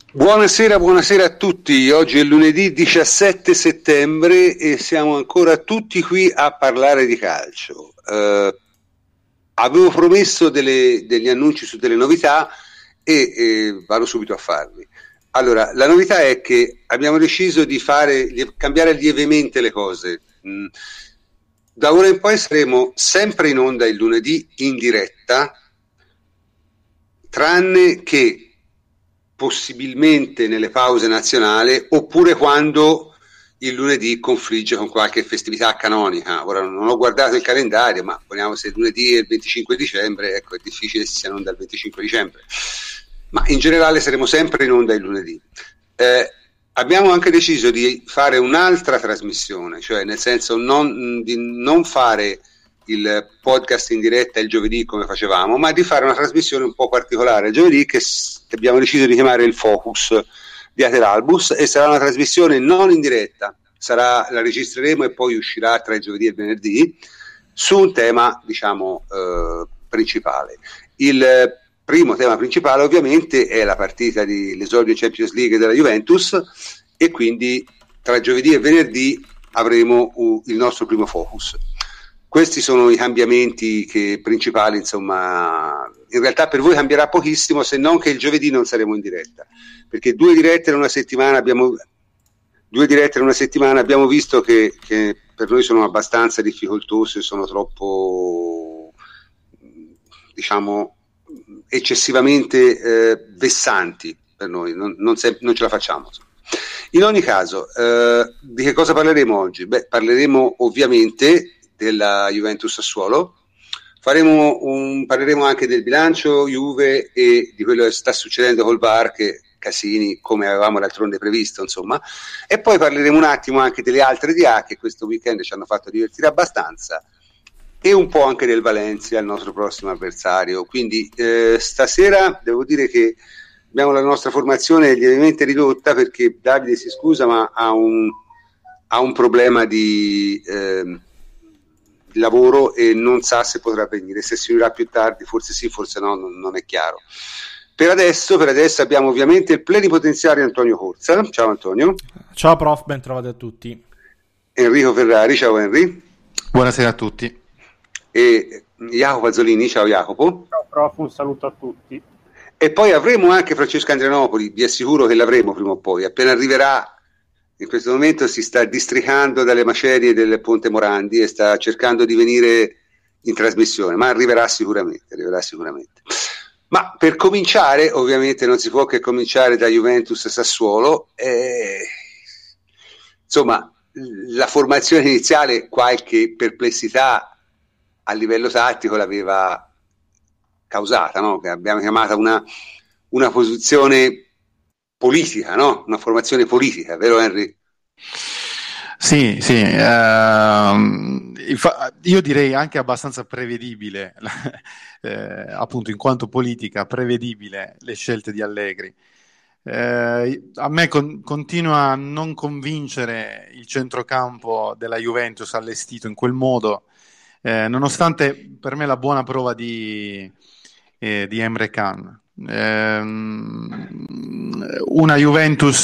Buonasera, buonasera a tutti. Oggi è lunedì 17 settembre e siamo ancora tutti qui a parlare di calcio. Avevo promesso degli annunci su delle novità e vado subito a farli. Allora, la novità è che abbiamo deciso di cambiare lievemente le cose. Da ora in poi saremo sempre in onda il lunedì in diretta, tranne che possibilmente nelle pause nazionali oppure quando il lunedì confligge con qualche festività canonica. Ora non ho guardato il calendario, ma poniamo se lunedì è il 25 dicembre, ecco, è difficile che sia in onda il 25 dicembre. Ma in generale saremo sempre in onda il lunedì. Abbiamo anche deciso di fare un'altra trasmissione, cioè nel senso di non fare il podcast in diretta il giovedì come facevamo, ma di fare una trasmissione un po' particolare il giovedì che abbiamo deciso di chiamare il Focus di Ateralbus, e sarà una trasmissione non in diretta, la registreremo e poi uscirà tra il giovedì e il venerdì su un tema, diciamo, principale. Il primo tema principale ovviamente è la partita l'esordio Champions League della Juventus, e quindi tra giovedì e venerdì avremo il nostro primo Focus. Questi sono i cambiamenti principali, insomma. In realtà per voi cambierà pochissimo, se non che il giovedì non saremo in diretta, perché due dirette in una settimana abbiamo visto che per noi sono abbastanza difficoltose, sono troppo, diciamo, eccessivamente vessanti per noi, non ce la facciamo. In ogni caso, di che cosa parleremo oggi? Beh, parleremo ovviamente della Juventus Sassuolo, parleremo anche del bilancio Juve e di quello che sta succedendo col VAR, che casini come avevamo d'altronde previsto, insomma, e poi parleremo un attimo anche delle altre DA che questo weekend ci hanno fatto divertire abbastanza, e un po' anche del Valencia, il nostro prossimo avversario. Quindi stasera devo dire che abbiamo la nostra formazione lievemente ridotta, perché Davide si scusa ma ha un problema di lavoro e non sa se potrà venire, se si unirà più tardi, forse sì, forse no, non è chiaro. Per adesso abbiamo ovviamente il plenipotenziario Antonio Corsa. Ciao Antonio. Ciao prof, ben trovati a tutti. Enrico Ferrari. Ciao Henry. Buonasera a tutti. E Jacopo Azzolini. Ciao Jacopo. Ciao prof, un saluto a tutti. E poi avremo anche Francesco Andrianopoli, vi assicuro che l'avremo prima o poi, appena arriverà. In questo momento si sta districando dalle macerie del Ponte Morandi e sta cercando di venire in trasmissione, ma arriverà sicuramente. Ma per cominciare, ovviamente non si può che cominciare da Juventus Sassuolo. Insomma, la formazione iniziale qualche perplessità a livello tattico l'aveva causata, no? Che abbiamo chiamata una posizione politica, no? Una formazione politica, vero Henry? Sì, io direi anche abbastanza prevedibile, appunto in quanto politica, prevedibile le scelte di Allegri. A me continua a non convincere il centrocampo della Juventus allestito in quel modo, nonostante per me la buona prova di Emre Can. Una Juventus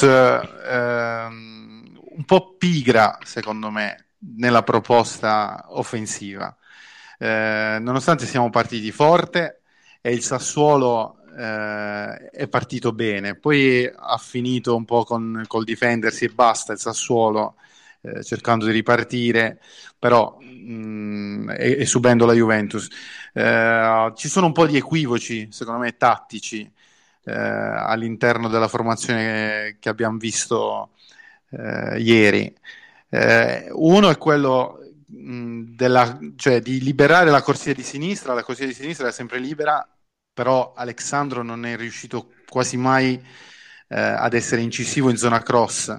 un po' pigra, secondo me, nella proposta offensiva. Nonostante siamo partiti forte e il Sassuolo è partito bene, poi ha finito un po' col difendersi e basta il Sassuolo, cercando di ripartire, però e subendo la Juventus. Ci sono un po' di equivoci, secondo me, tattici all'interno della formazione che abbiamo visto ieri. Uno è quello cioè di liberare la corsia di sinistra. La corsia di sinistra è sempre libera, però Alexandro non è riuscito quasi mai ad essere incisivo in zona cross,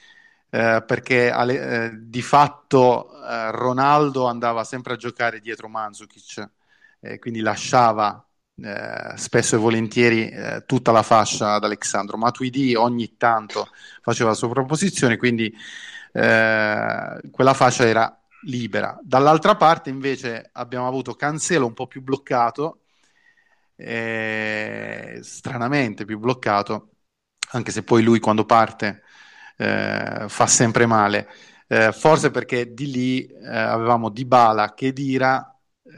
perché di fatto Ronaldo andava sempre a giocare dietro Mandzukic, quindi lasciava spesso e volentieri tutta la fascia ad Alexandro. Matuidi ogni tanto faceva la sovrapposizione, quindi quella fascia era libera. Dall'altra parte invece abbiamo avuto Cancelo un po' più bloccato, stranamente più bloccato, anche se poi lui quando parte fa sempre male. Forse perché di lì avevamo Dybala, Khedira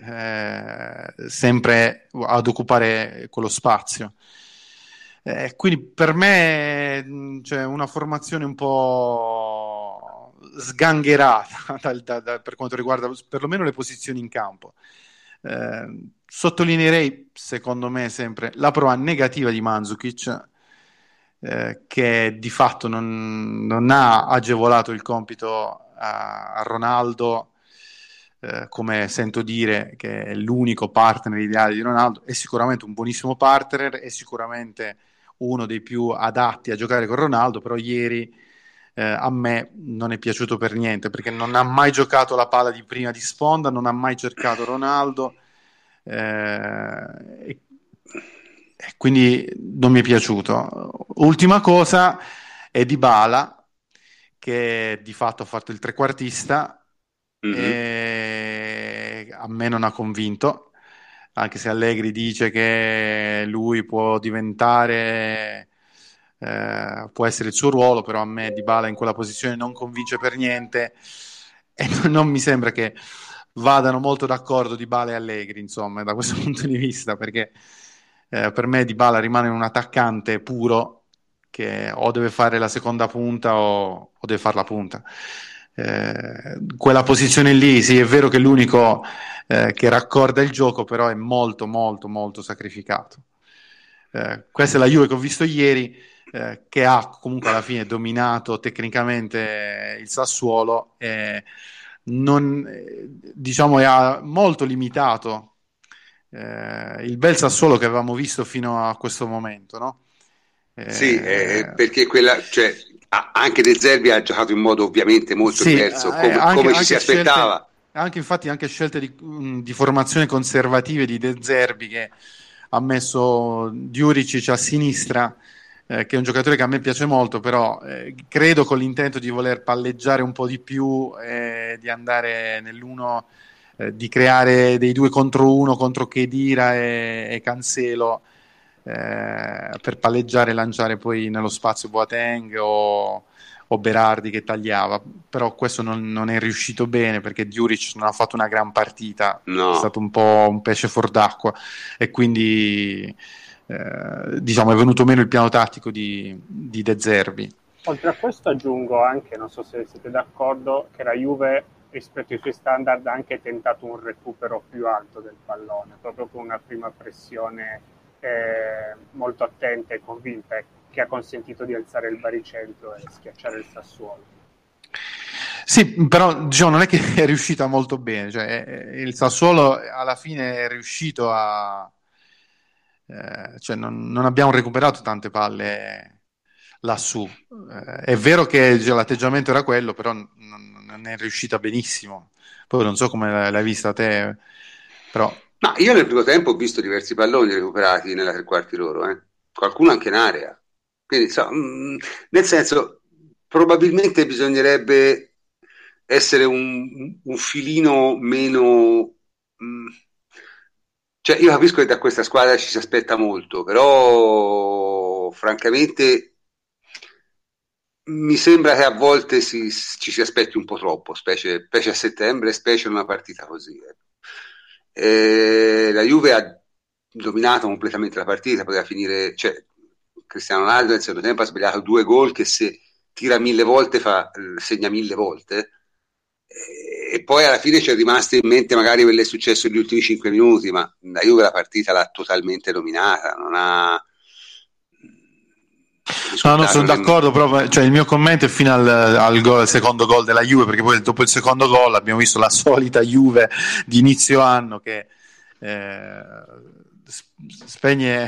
sempre ad occupare quello spazio. Quindi per me c'è una formazione un po' sgangherata per quanto riguarda perlomeno le posizioni in campo. Sottolineerei, secondo me, sempre la prova negativa di Mandzukic, che di fatto non ha agevolato il compito a Ronaldo, come sento dire che è l'unico partner ideale di Ronaldo. È sicuramente un buonissimo partner, è sicuramente uno dei più adatti a giocare con Ronaldo, però ieri a me non è piaciuto per niente, perché non ha mai giocato la palla di prima di sponda, non ha mai cercato Ronaldo, e quindi non mi è piaciuto. Ultima cosa è Dybala, che di fatto ha fatto il trequartista, e a me non ha convinto, anche se Allegri dice che lui può diventare, può essere il suo ruolo, però a me Dybala in quella posizione non convince per niente, e non mi sembra che vadano molto d'accordo Dybala e Allegri, insomma, da questo punto di vista, perché per me Dybala rimane un attaccante puro che o deve fare la seconda punta o deve fare la punta. Quella posizione lì, sì, è vero che è l'unico che raccorda il gioco, però è molto molto molto sacrificato. Questa è la Juve che ho visto ieri, che ha comunque alla fine dominato tecnicamente il Sassuolo, diciamo ha molto limitato il bel Sassuolo che avevamo visto fino a questo momento, no? Sì, perché cioè, anche De Zerbi ha giocato in modo ovviamente molto diverso, come ci si aspettava. Anche scelte di formazione conservative di De Zerbi, che ha messo Djuricic a sinistra, che è un giocatore che a me piace molto, però credo con l'intento di voler palleggiare un po' di più, di andare nell'uno, di creare dei 2 contro 1 contro Khedira e Cancelo, per palleggiare e lanciare poi nello spazio Boateng o Berardi che tagliava, però questo non è riuscito bene, perché Djuric non ha fatto una gran partita, no. È stato un po' un pesce fuor d'acqua, e quindi diciamo è venuto meno il piano tattico di De Zerbi. Oltre a questo aggiungo anche, non so se siete d'accordo, che la Juve rispetto ai suoi standard ha anche tentato un recupero più alto del pallone, proprio con una prima pressione molto attenta e convinta, che ha consentito di alzare il baricentro e schiacciare il Sassuolo. Sì, però diciamo, non è che è riuscita molto bene, cioè, il Sassuolo alla fine è riuscito a cioè non abbiamo recuperato tante palle lassù. È vero che l'atteggiamento era quello, però non è riuscita benissimo. Poi non so come l'hai vista te, però... Ma io nel primo tempo ho visto diversi palloni recuperati nella tre quarti loro, qualcuno anche in area. Quindi, nel senso, probabilmente bisognerebbe essere un filino meno... Cioè, io capisco che da questa squadra ci si aspetta molto, però francamente mi sembra che a volte ci si aspetti un po' troppo, specie a settembre, specie in una partita così. La Juve ha dominato completamente la partita, poteva finire, cioè Cristiano Ronaldo nel secondo tempo ha sbagliato 2 gol che se tira 1000 volte segna 1000 volte, e poi alla fine ci è rimasto in mente magari quello che è successo negli ultimi 5 minuti, ma la Juve la partita l'ha totalmente dominata, non ha... No, non sono d'accordo, però cioè, il mio commento è fino al secondo gol della Juve, perché poi dopo il secondo gol abbiamo visto la solita Juve di inizio anno che spegne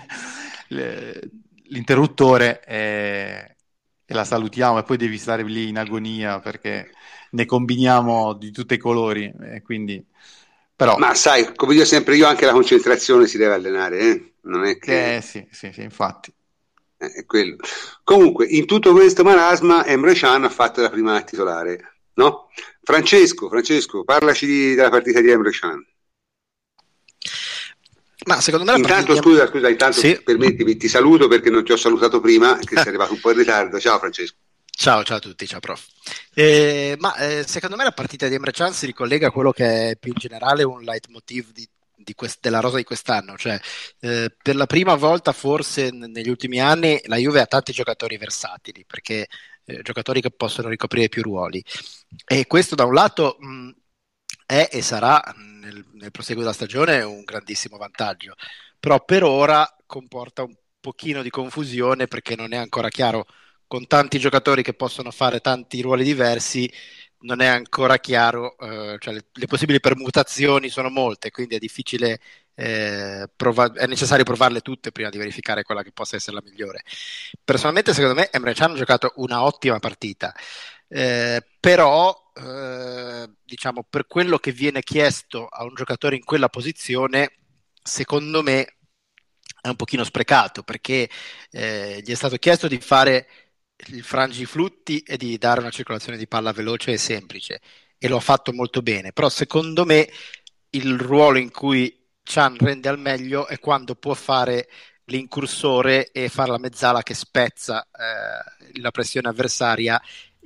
l'interruttore e la salutiamo, e poi devi stare lì in agonia perché ne combiniamo di tutti i colori, e quindi però... Ma sai, come dico sempre io, anche la concentrazione si deve allenare, non è che... Sì, infatti. È quello. Comunque, in tutto questo marasma Emre Can ha fatto la prima titolare, no? Francesco, parlaci della partita di Emre Can. Ma secondo me intanto intanto sì. Permettimi, ti saluto perché non ti ho salutato prima, che sei arrivato un po' in ritardo. Ciao Francesco. Ciao a tutti, ciao prof. Secondo me la partita di Emre Can si ricollega a quello che è più in generale un leitmotiv della rosa di quest'anno, cioè per la prima volta forse negli ultimi anni la Juve ha tanti giocatori versatili, perché giocatori che possono ricoprire più ruoli, e questo da un lato è e sarà nel proseguo della stagione un grandissimo vantaggio, però per ora comporta un pochino di confusione perché non è ancora chiaro, con tanti giocatori che possono fare tanti ruoli diversi, non è ancora chiaro, cioè le possibili permutazioni sono molte, quindi è difficile, è necessario provarle tutte prima di verificare quella che possa essere la migliore. Personalmente, secondo me, Emre Can ha giocato una ottima partita, però diciamo, per quello che viene chiesto a un giocatore in quella posizione, secondo me è un pochino sprecato, perché gli è stato chiesto di fare il frangiflutti e di dare una circolazione di palla veloce e semplice, e lo ha fatto molto bene, però secondo me il ruolo in cui Can rende al meglio è quando può fare l'incursore e fare la mezzala che spezza la pressione avversaria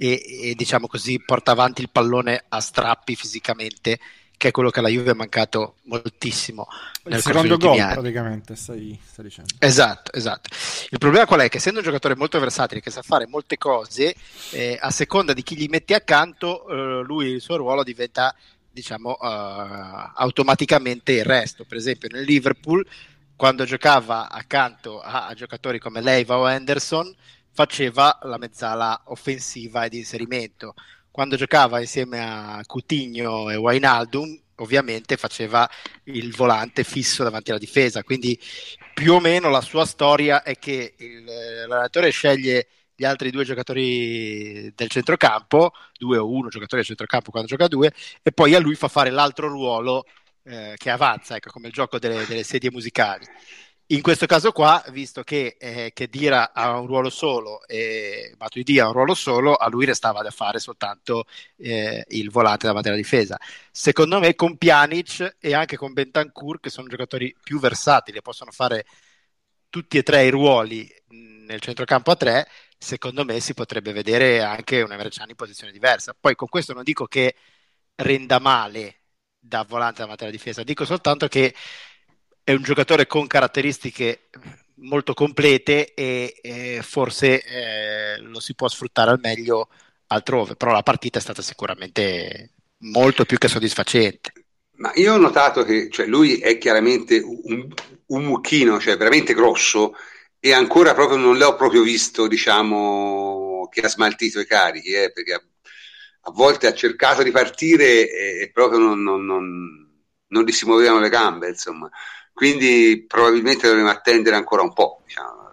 e diciamo così porta avanti il pallone a strappi fisicamente, che è quello che alla Juve è mancato moltissimo nel corso degli ultimi anni. Praticamente stai dicendo. Esatto. Il problema qual è? Che essendo un giocatore molto versatile che sa fare molte cose, a seconda di chi gli metti accanto, lui il suo ruolo diventa, diciamo, automaticamente il resto. Per esempio nel Liverpool, quando giocava accanto a giocatori come Leiva o Henderson, faceva la mezzala offensiva e di inserimento. Quando giocava insieme a Coutinho e Wijnaldum, ovviamente faceva il volante fisso davanti alla difesa. Quindi più o meno la sua storia è che l'allenatore sceglie gli altri due giocatori del centrocampo, 2 o 1 giocatori del centrocampo quando gioca a 2, e poi a lui fa fare l'altro ruolo che avanza, ecco, come il gioco delle sedie musicali. In questo caso qua, visto che Khedira ha un ruolo solo e Matuidi ha un ruolo solo, a lui restava da fare soltanto il volante davanti alla difesa. Secondo me con Pjanic e anche con Bentancur, che sono giocatori più versatili e possono fare tutti e tre i ruoli nel centrocampo a 3, secondo me si potrebbe vedere anche un Emre Can in posizione diversa. Poi con questo non dico che renda male da volante davanti alla difesa, dico soltanto che è un giocatore con caratteristiche molto complete e forse lo si può sfruttare al meglio altrove, però la partita è stata sicuramente molto più che soddisfacente. Ma io ho notato che lui è chiaramente un mucchino, cioè veramente grosso, e ancora proprio non l'ho proprio visto, diciamo, che ha smaltito i carichi, perché a volte ha cercato di partire e proprio non gli si muovevano le gambe, insomma. Quindi probabilmente dovremo attendere ancora un po', diciamo.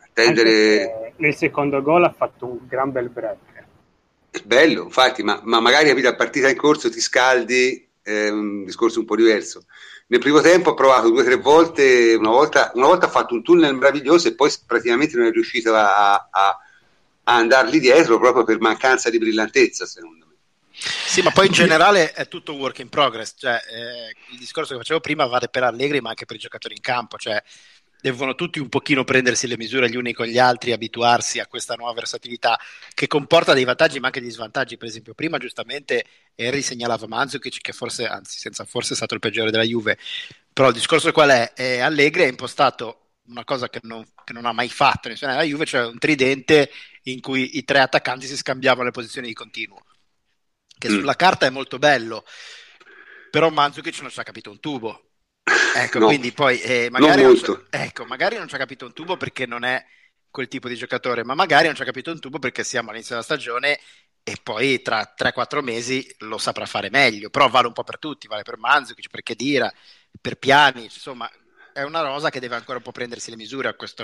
Nel secondo gol ha fatto un gran bel break. È bello, infatti, ma magari a partita in corso ti scaldi, è un discorso un po' diverso. Nel primo tempo ho provato 2 o 3 volte, una volta ha fatto un tunnel meraviglioso e poi praticamente non è riuscito a andargli dietro proprio per mancanza di brillantezza, secondo me. Sì, ma poi in generale è tutto un work in progress, cioè il discorso che facevo prima vale per Allegri ma anche per i giocatori in campo, cioè devono tutti un pochino prendersi le misure gli uni con gli altri, abituarsi a questa nuova versatilità che comporta dei vantaggi ma anche degli svantaggi. Per esempio prima giustamente Henry segnalava Mandzukic, che forse, anzi senza forse, è stato il peggiore della Juve, però il discorso qual è? Allegri ha impostato una cosa che non ha mai fatto nella Juve, cioè un tridente in cui i 3 attaccanti si scambiavano le posizioni di continuo, che sulla carta è molto bello, però Mandzukic non ci ha capito un tubo. Ecco, no, quindi poi magari non ci ha capito un tubo perché non è quel tipo di giocatore, ma magari non ci ha capito un tubo perché siamo all'inizio della stagione e poi tra 3-4 mesi lo saprà fare meglio. Però vale un po' per tutti, vale per Mandzukic, per Khedira, per Pjanic, insomma è una rosa che deve ancora un po' prendersi le misure a queste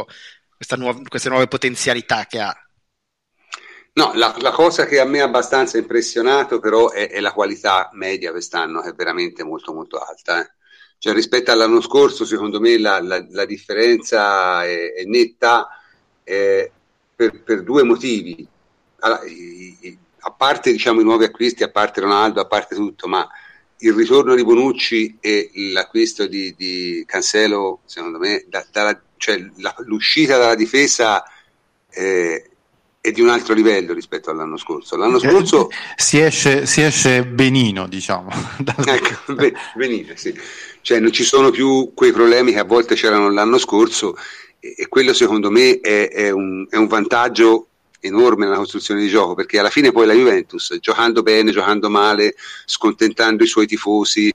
nuove potenzialità che ha. No, la cosa che a me ha abbastanza impressionato però è la qualità media quest'anno, che è veramente molto molto alta. Cioè, rispetto all'anno scorso, secondo me la differenza è netta per 2 motivi. Allora, a parte, diciamo, i nuovi acquisti, a parte Ronaldo, a parte tutto, ma il ritorno di Bonucci e l'acquisto di Cancelo, secondo me, cioè l'uscita dalla difesa è di un altro livello rispetto all'anno scorso. L'anno scorso si esce benino, diciamo. Ecco, benino, sì. Cioè non ci sono più quei problemi che a volte c'erano l'anno scorso, e quello secondo me è un vantaggio enorme nella costruzione di gioco, perché alla fine poi la Juventus, giocando bene, giocando male, scontentando i suoi tifosi,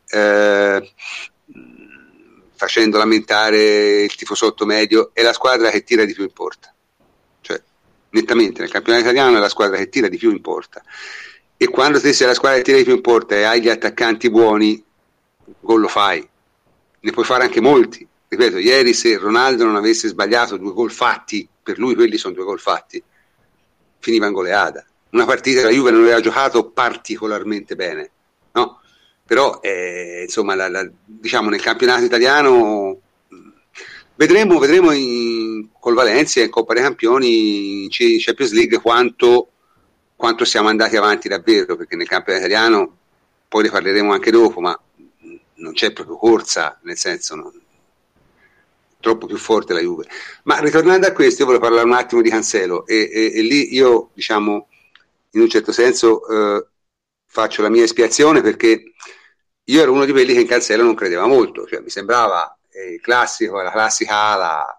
facendo lamentare il tifosotto medio, è la squadra che tira di più in porta. Cioè, nettamente nel campionato italiano è la squadra che tira di più in porta, e quando te sei la squadra che tira di più in porta e hai gli attaccanti buoni, gol lo fai, ne puoi fare anche molti. Ripeto, ieri se Ronaldo non avesse sbagliato 2 gol fatti, per lui quelli sono 2 gol fatti, finiva in goleada. Una partita che la Juve non aveva giocato particolarmente bene, no? Però insomma diciamo nel campionato italiano vedremo col Valencia in Coppa dei Campioni, in Champions League, quanto siamo andati avanti davvero, perché nel campionato italiano, poi ne parleremo anche dopo, ma non c'è proprio corsa, nel senso troppo più forte la Juve. Ma ritornando a questo, io volevo parlare un attimo di Cancelo, e lì io, diciamo, in un certo senso faccio la mia espiazione, perché io ero uno di quelli che in Cancelo non credeva molto, cioè mi sembrava la classica ala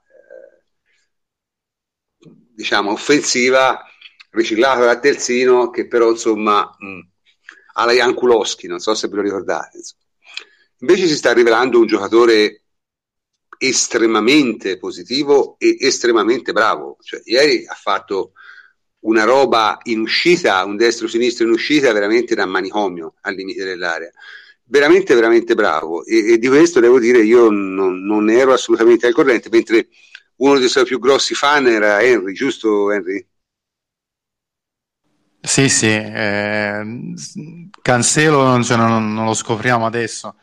diciamo offensiva, riciclato da terzino, che però insomma alla Jan Kulowski, non so se ve lo ricordate, insomma. Invece si sta rivelando un giocatore estremamente positivo e estremamente bravo. Cioè, ieri ha fatto una roba in uscita, un destro-sinistro in uscita veramente da manicomio al limite dell'area, veramente veramente bravo, e di questo devo dire io non ero assolutamente al corrente, mentre uno dei suoi più grossi fan era Henry, giusto Henry? Sì, Cancelo non lo scopriamo adesso,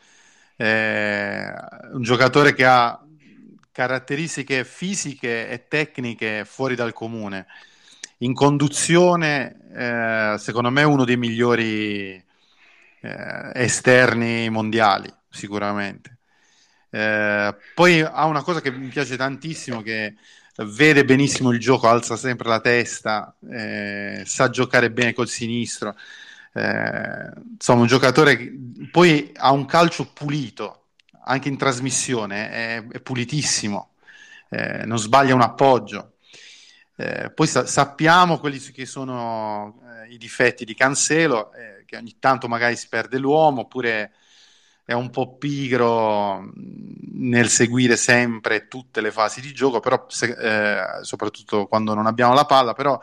un giocatore che ha caratteristiche fisiche e tecniche fuori dal comune. In conduzione, secondo me è uno dei migliori esterni mondiali, sicuramente. Poi ha una cosa che mi piace tantissimo, che vede benissimo il gioco, alza sempre la testa, sa giocare bene col sinistro, insomma un giocatore che poi ha un calcio pulito, anche in trasmissione è pulitissimo, non sbaglia un appoggio. Poi sappiamo quelli che sono i difetti di Cancelo, che ogni tanto magari si perde l'uomo, oppure è un po' pigro nel seguire sempre tutte le fasi di gioco, però soprattutto quando non abbiamo la palla, però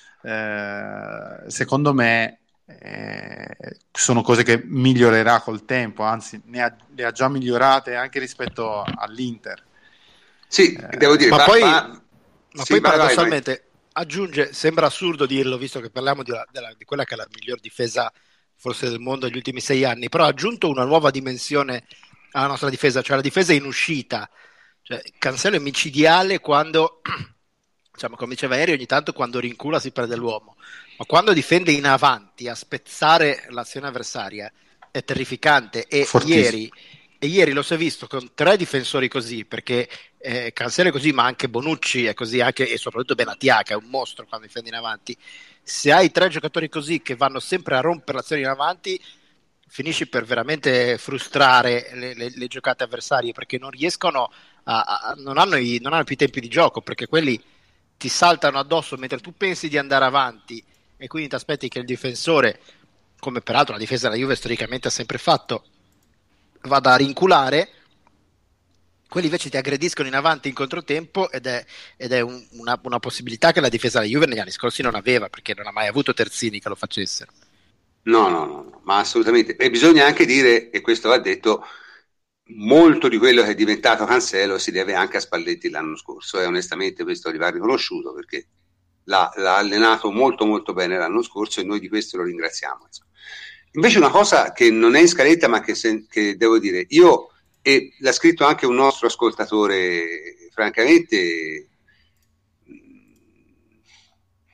secondo me sono cose che migliorerà col tempo, anzi le ha già migliorate anche rispetto all'Inter. Sì, devo dire, ma poi vai, paradossalmente aggiunge, sembra assurdo dirlo visto che parliamo di quella che è la miglior difesa forse del mondo negli ultimi 6 anni, però ha aggiunto una nuova dimensione alla nostra difesa, cioè la difesa in uscita. Cioè, Cancelo è micidiale quando, diciamo, come diceva Eri, ogni tanto quando rincula si perde l'uomo, ma quando difende in avanti a spezzare l'azione avversaria è terrificante, e ieri lo si è visto con 3 difensori così, perché Cancelo è così, ma anche Bonucci è così, anche e soprattutto Benatia, che è un mostro quando difende in avanti. Se hai 3 giocatori così che vanno sempre a rompere l'azione in avanti, finisci per veramente frustrare le giocate avversarie, perché non riescono non hanno più i tempi di gioco, perché quelli ti saltano addosso mentre tu pensi di andare avanti, e quindi ti aspetti che il difensore, come peraltro la difesa della Juve storicamente ha sempre fatto, vada a rinculare. Quelli invece ti aggrediscono in avanti in controtempo, ed è una possibilità che la difesa della Juve negli anni scorsi non aveva, perché non ha mai avuto terzini che lo facessero. No, ma assolutamente. E bisogna anche dire, e questo va detto, molto di quello che è diventato Cancelo si deve anche a Spalletti l'anno scorso, e onestamente questo gli va riconosciuto, perché l'ha allenato molto molto bene l'anno scorso, e noi di questo lo ringraziamo. Invece una cosa che non è in scaletta, ma che devo dire, io, e l'ha scritto anche un nostro ascoltatore, francamente,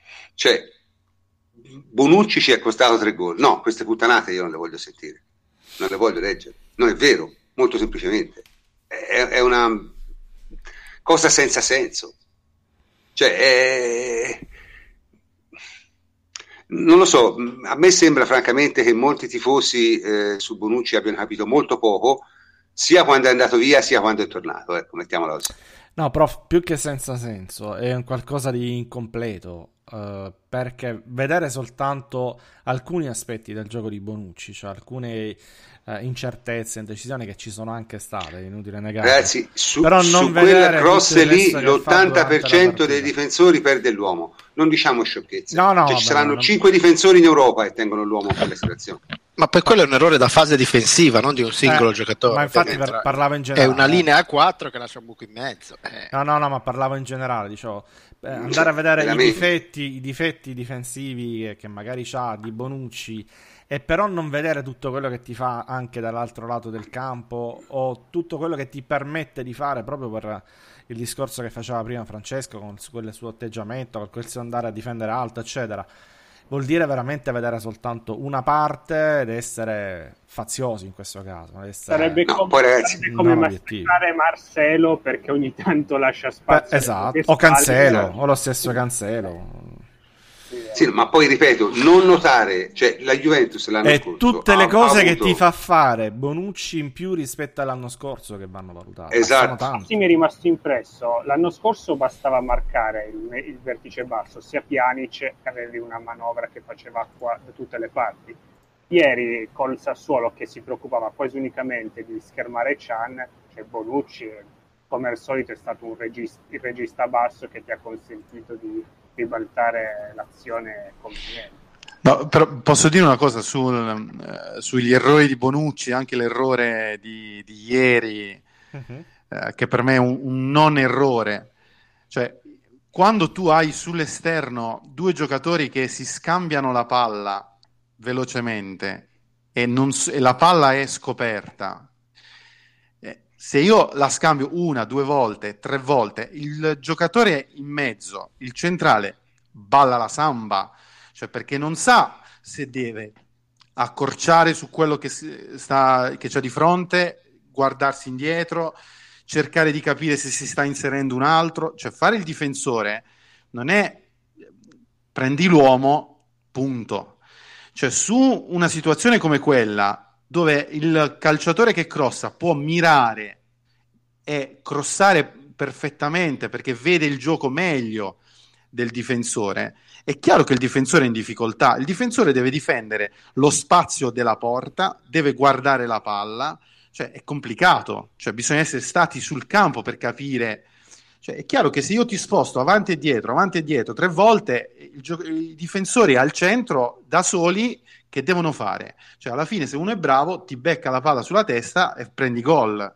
cioè Bonucci ci è costato 3 gol. No, queste puttanate io non le voglio sentire. non le voglio leggere. Non è vero, molto semplicemente. È una cosa senza senso. Cioè, non lo so, a me sembra francamente che molti tifosi su Bonucci abbiano capito molto poco, sia quando è andato via, sia quando è tornato, ecco, mettiamola così. No, però più che senza senso, è un qualcosa di incompleto, perché vedere soltanto alcuni aspetti del gioco di Bonucci, cioè alcune incertezze, indecisioni che ci sono anche state, inutile negare. Ragazzi, però non su quella cross tutto il lì resto che fa durante la l'80% dei partita. difensori perde l'uomo. Non diciamo sciocchezze. No, Cioè, vabbè, ci saranno non- 5 difensori in Europa e tengono l'uomo per le situazioni. Ma poi quello è un errore da fase difensiva, non di un singolo giocatore. Ma infatti ovviamente. parlavo in È generale. una linea a 4 che lascia un buco in mezzo. No, ma parlavo in generale, dicevo, andare a vedere veramente. i difetti difensivi che magari c'ha di Bonucci, e però non vedere tutto quello che ti fa anche dall'altro lato del campo, o tutto quello che ti permette di fare, proprio per il discorso che faceva prima Francesco, con quel suo atteggiamento, con quel suo andare a difendere alto, eccetera. Vuol dire veramente vedere soltanto una parte ed essere faziosi in questo caso. Sarebbe No, come, poi ragazzi, sarebbe come non obiettivi. masticare Marcelo perché ogni tanto lascia spazio. Esatto, alle o spalle. Cancelo, o lo stesso Cancelo. Sì, ma poi ripeto, non notare, cioè la Juventus l'anno E scorso tutte le ha cose che avuto- ti fa fare Bonucci in più rispetto all'anno scorso che vanno valutate. Esatto. Sono tanti. Sì, mi è rimasto impresso. L'anno scorso bastava marcare il vertice basso, sia Pjanic, che avevi una manovra che faceva acqua da tutte le parti. Ieri col Sassuolo, che si preoccupava quasi unicamente di schermare Can, cioè Bonucci, come al solito, è stato il regista basso che ti ha consentito di ribaltare l'azione conveniente. No, però posso dire una cosa sugli errori di Bonucci, anche l'errore di ieri, che per me è un non errore. Cioè, quando tu hai sull'esterno due giocatori che si scambiano la palla velocemente e la palla è scoperta, se io la scambio 1, 2 volte, 3 volte, il giocatore in mezzo, il centrale, balla la samba, cioè perché non sa se deve accorciare su quello che c'è di fronte, guardarsi indietro, cercare di capire se si sta inserendo un altro. Cioè fare il difensore non è prendi l'uomo, punto. Cioè su una situazione come quella, dove il calciatore che crossa può mirare e crossare perfettamente perché vede il gioco meglio del difensore, è chiaro che il difensore è in difficoltà. Il difensore deve difendere lo spazio della porta, deve guardare la palla, cioè è complicato, cioè bisogna essere stati sul campo per capire. Cioè, è chiaro che se io ti sposto avanti e dietro 3 volte, i difensori al centro da soli che devono fare? Cioè alla fine se uno è bravo ti becca la palla sulla testa e prendi gol.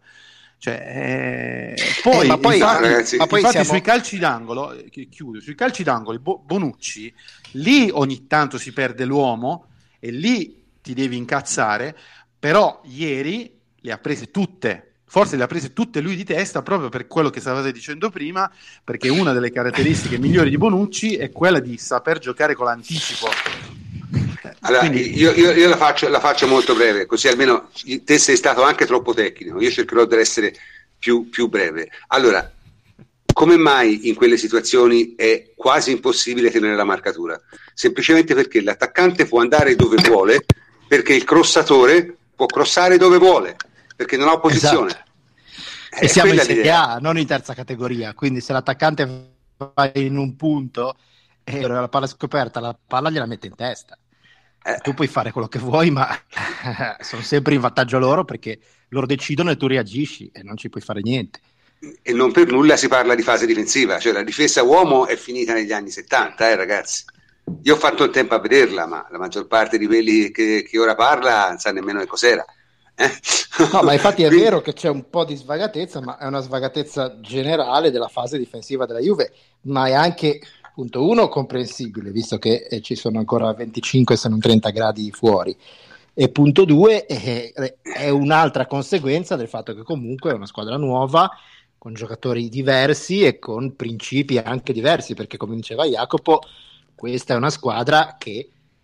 Cioè, poi, ma poi, infatti, ma poi infatti siamo... sui calci d'angolo, chiudo, sui calci d'angolo Bonucci, lì ogni tanto si perde l'uomo e lì ti devi incazzare, però ieri le ha prese tutte, forse le ha prese tutte lui di testa, proprio per quello che stavate dicendo prima, perché una delle caratteristiche migliori di Bonucci è quella di saper giocare con l'anticipo. Allora, Quindi... io la faccio molto breve, così almeno te sei stato anche troppo tecnico, io cercherò di essere più breve. Allora, come mai in quelle situazioni è quasi impossibile tenere la marcatura? Semplicemente perché l'attaccante può andare dove vuole, perché il crossatore può crossare dove vuole, perché non ha opposizione. Esatto. E siamo in Serie l'idea. A, non in terza categoria, quindi se l'attaccante va in un punto e la palla è scoperta, la palla gliela mette in testa. Tu puoi fare quello che vuoi, ma sono sempre in vantaggio loro perché loro decidono e tu reagisci e non ci puoi fare niente. E non per nulla si parla di fase difensiva, cioè la difesa uomo è finita negli anni 70, ragazzi. Io ho fatto il tempo a vederla, ma la maggior parte di quelli che ora parla non sa nemmeno che cos'era. No, ma infatti è vero che c'è un po' di svagatezza, ma è una svagatezza generale della fase difensiva della Juve, ma è anche, punto uno, comprensibile, visto che ci sono ancora 25 se non 30 gradi fuori, e punto due è un'altra conseguenza del fatto che comunque è una squadra nuova, con giocatori diversi e con principi anche diversi, perché come diceva Jacopo, questa è una squadra che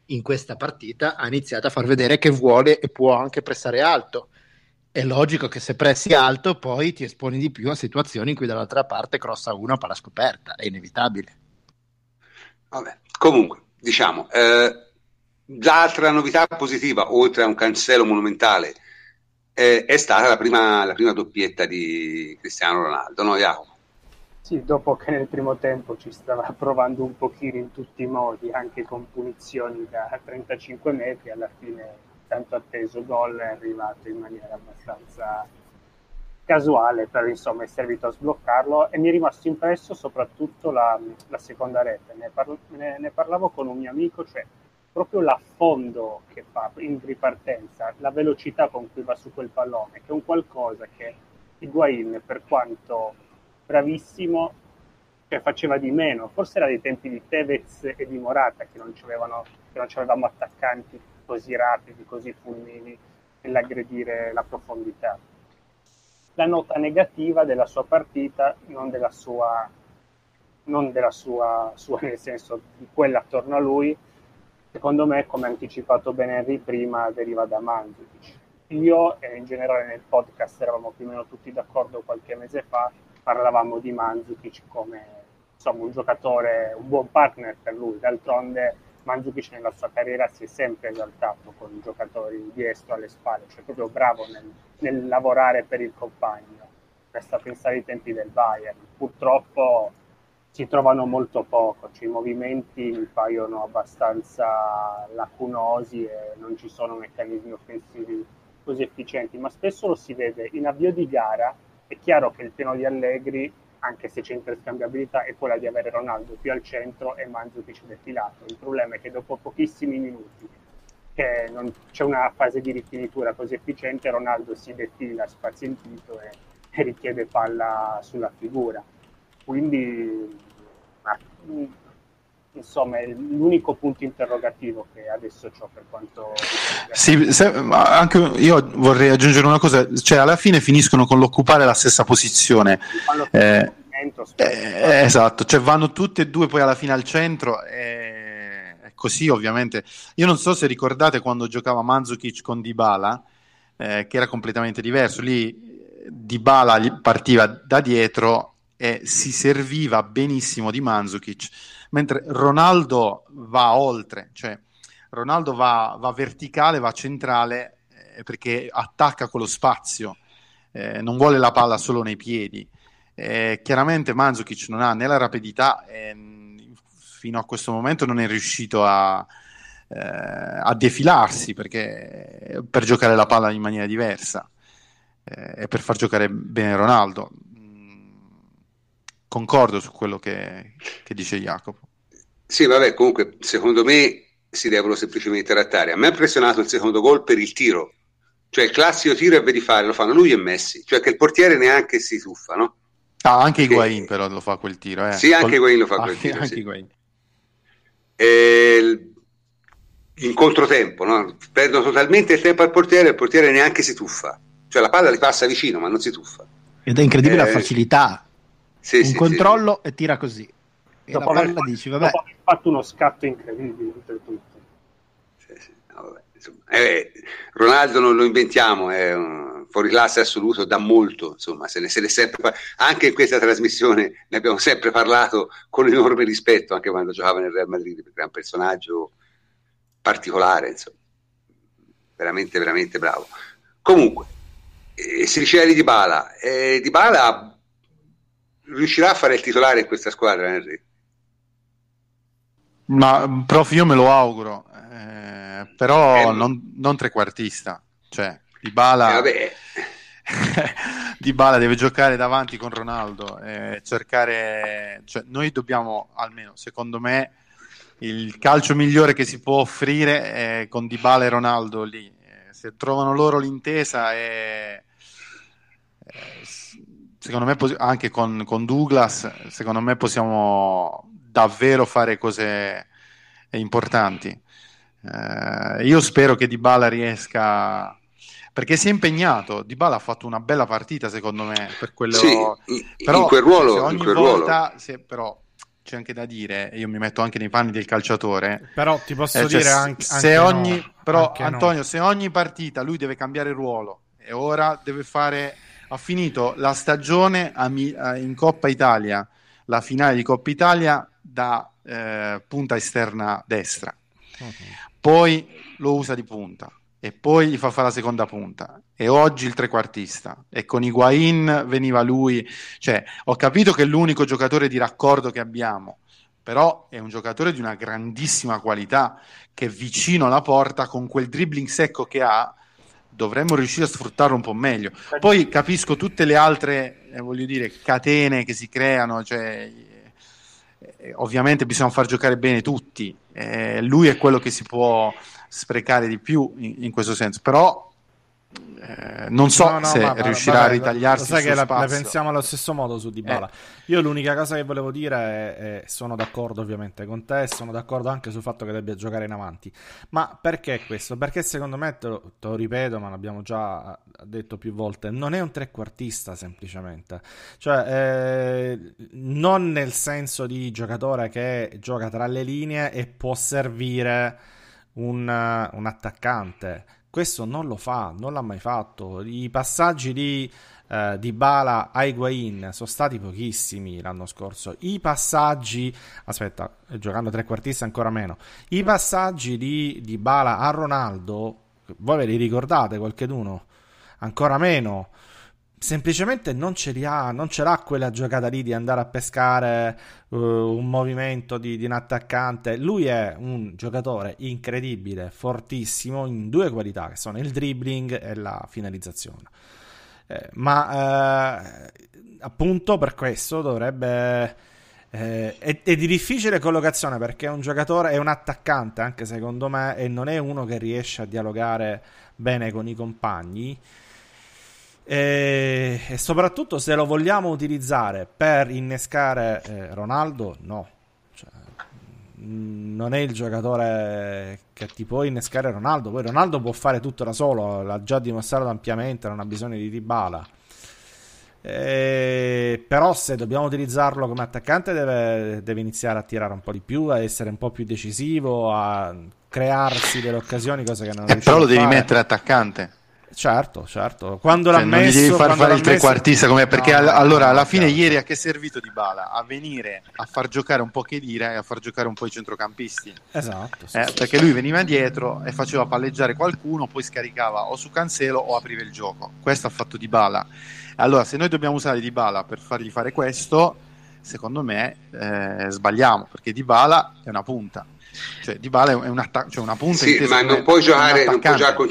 in questa partita ha iniziato a far vedere che vuole e può anche pressare alto. È logico che se pressi alto poi ti esponi di più a situazioni in cui dall'altra parte crossa una palla scoperta, è inevitabile. Vabbè, comunque, diciamo, l'altra novità positiva, oltre a un cancello monumentale, è stata la prima doppietta di Cristiano Ronaldo, no Jacopo? Sì, dopo che nel primo tempo ci stava provando un pochino in tutti i modi, anche con punizioni da 35 metri, alla fine tanto atteso gol è arrivato in maniera abbastanza casuale, però insomma è servito a sbloccarlo, e mi è rimasto impresso soprattutto la seconda rete. Ne parlavo con un mio amico, cioè proprio l'affondo che fa in ripartenza, la velocità con cui va su quel pallone, che è un qualcosa che Higuaín, per quanto bravissimo, cioè faceva di meno. Forse era dei tempi di Tevez e di Morata che non avevamo attaccanti così rapidi, così fulmini nell'aggredire la profondità. La nota negativa della sua partita, non della sua nel senso di quella attorno a lui, secondo me, come ha anticipato Ben Henry prima, deriva da Mandzukic. Io e in generale nel podcast eravamo più o meno tutti d'accordo qualche mese fa, parlavamo di Mandzukic come insomma un giocatore, un buon partner per lui. D'altronde Mandzukic nella sua carriera si è sempre esaltato con giocatori diestro alle spalle, cioè proprio bravo nel lavorare per il compagno. Resta a pensare ai tempi del Bayern. Purtroppo si trovano molto poco, cioè i movimenti mi paiono abbastanza lacunosi e non ci sono meccanismi offensivi così efficienti, ma spesso lo si vede in avvio di gara. È chiaro che il piano di Allegri, anche se c'è interscambiabilità, è quella di avere Ronaldo più al centro e Mandzukic defilato. Il problema è che dopo pochissimi minuti, che non c'è una fase di rifinitura così efficiente, Ronaldo si defila spazientito e richiede palla sulla figura. Quindi insomma è l'unico punto interrogativo che adesso c'ho per quanto sì, anche io vorrei aggiungere una cosa, cioè alla fine finiscono con l'occupare la stessa posizione, esatto, cioè vanno tutte e due poi alla fine al centro e così ovviamente. Io non so se ricordate quando giocava Mandzukic con Dybala, che era completamente diverso. Lì Dybala partiva da dietro e si serviva benissimo di Mandzukic, mentre Ronaldo va oltre, cioè Ronaldo va verticale, va centrale, perché attacca quello spazio, non vuole la palla solo nei piedi. Chiaramente Mandzukic non ha né la rapidità, fino a questo momento non è riuscito a defilarsi per giocare la palla in maniera diversa e per far giocare bene Ronaldo. Concordo su quello che dice Jacopo. Sì, vabbè, comunque secondo me si devono semplicemente adattare. A me ha impressionato il secondo gol per il tiro, cioè il classico tiro e vedi fare, lo fanno lui e Messi, cioè che il portiere neanche si tuffa, no? Anche Higuaín però lo fa quel tiro. Sì, anche Higuaín lo fa quel tiro. Anche Higuaín. In controtempo, no? Perdono totalmente il tempo al portiere, il portiere neanche si tuffa, cioè la palla gli passa vicino ma non si tuffa. Ed è incredibile la facilità. Sì, controllo e tira così. E dopo la palla dici, vabbè. Dopo aver fatto uno scatto incredibile oltretutto. No, vabbè, insomma, Ronaldo non lo inventiamo, è un fuoriclasse assoluto, da molto, insomma, se ne sempre anche in questa trasmissione ne abbiamo sempre parlato con enorme rispetto, anche quando giocava nel Real Madrid, perché è un personaggio particolare, insomma, veramente veramente bravo. Comunque si diceva di Dybala, Dybala riuscirà a fare il titolare in questa squadra, Henry? Ma prof, io me lo auguro, però non trequartista, cioè Dybala Dybala deve giocare davanti con Ronaldo, cercare, cioè noi dobbiamo, almeno secondo me, il calcio migliore che si può offrire è con Dybala e Ronaldo lì, se trovano loro l'intesa secondo me anche con Douglas, secondo me possiamo davvero fare cose importanti. Io spero che Dybala riesca, perché si è impegnato. Dybala ha fatto una bella partita secondo me per quello, sì, però in quel ruolo, ogni volta però c'è anche da dire, io mi metto anche nei panni del calciatore, però ti posso cioè, dire anche però anche Antonio, se ogni partita lui deve cambiare ruolo e ora deve fare, ha finito la stagione in Coppa Italia, la finale di Coppa Italia da punta esterna destra, poi lo usa di punta e poi gli fa fare la seconda punta e oggi il trequartista e con Higuain veniva lui, cioè ho capito che è l'unico giocatore di raccordo che abbiamo, però è un giocatore di una grandissima qualità che è vicino alla porta, con quel dribbling secco che ha dovremmo riuscire a sfruttarlo un po' meglio. Poi capisco tutte le altre voglio dire catene che si creano, cioè ovviamente bisogna far giocare bene tutti, lui è quello che si può sprecare di più in questo senso, però non so se riuscirà a ritagliarsi il suo spazio. La pensiamo allo stesso modo su Dybala. Io l'unica cosa che volevo dire è sono d'accordo ovviamente con te, sono d'accordo anche sul fatto che debba giocare in avanti, ma perché questo? Perché secondo me, te lo ripeto, ma l'abbiamo già detto più volte, non è un trequartista semplicemente, cioè non nel senso di giocatore che gioca tra le linee e può servire un attaccante. Questo non lo fa, non l'ha mai fatto. I passaggi di Dybala a Higuain sono stati pochissimi l'anno scorso. I passaggi, giocando trequartista ancora meno. I passaggi di Dybala a Ronaldo, voi ve li ricordate qualcheduno? Ancora meno. Semplicemente non ce l'ha quella giocata lì di andare a pescare un movimento di un attaccante. Lui è un giocatore incredibile, fortissimo in due qualità che sono il dribbling e la finalizzazione, appunto per questo dovrebbe è di difficile collocazione, perché è un giocatore, è un attaccante anche secondo me, e non è uno che riesce a dialogare bene con i compagni. E soprattutto se lo vogliamo utilizzare per innescare Ronaldo, no, cioè, non è il giocatore che ti può innescare Ronaldo. Poi Ronaldo può fare tutto da solo, l'ha già dimostrato ampiamente, non ha bisogno di Dybala. Però se dobbiamo utilizzarlo come attaccante deve iniziare a tirare un po' di più, a essere un po' più decisivo, a crearsi delle occasioni, cosa che non riesce a fare. Però lo devi mettere attaccante. Certo. Quando l'ha non messo, gli devi fare il trequartista perché allora alla fine chiaro. Ieri a che è servito Dybala? A venire a far giocare un po' Khedira e a far giocare un po' i centrocampisti. Esatto. Perché lui veniva dietro e faceva palleggiare qualcuno, poi scaricava o su Cancelo o apriva il gioco. Questo ha fatto Dybala. Allora, se noi dobbiamo usare Dybala per fargli fare questo, secondo me sbagliamo, perché Dybala è una punta. Cioè Dybala è una punta, sì, ma non puoi giocare con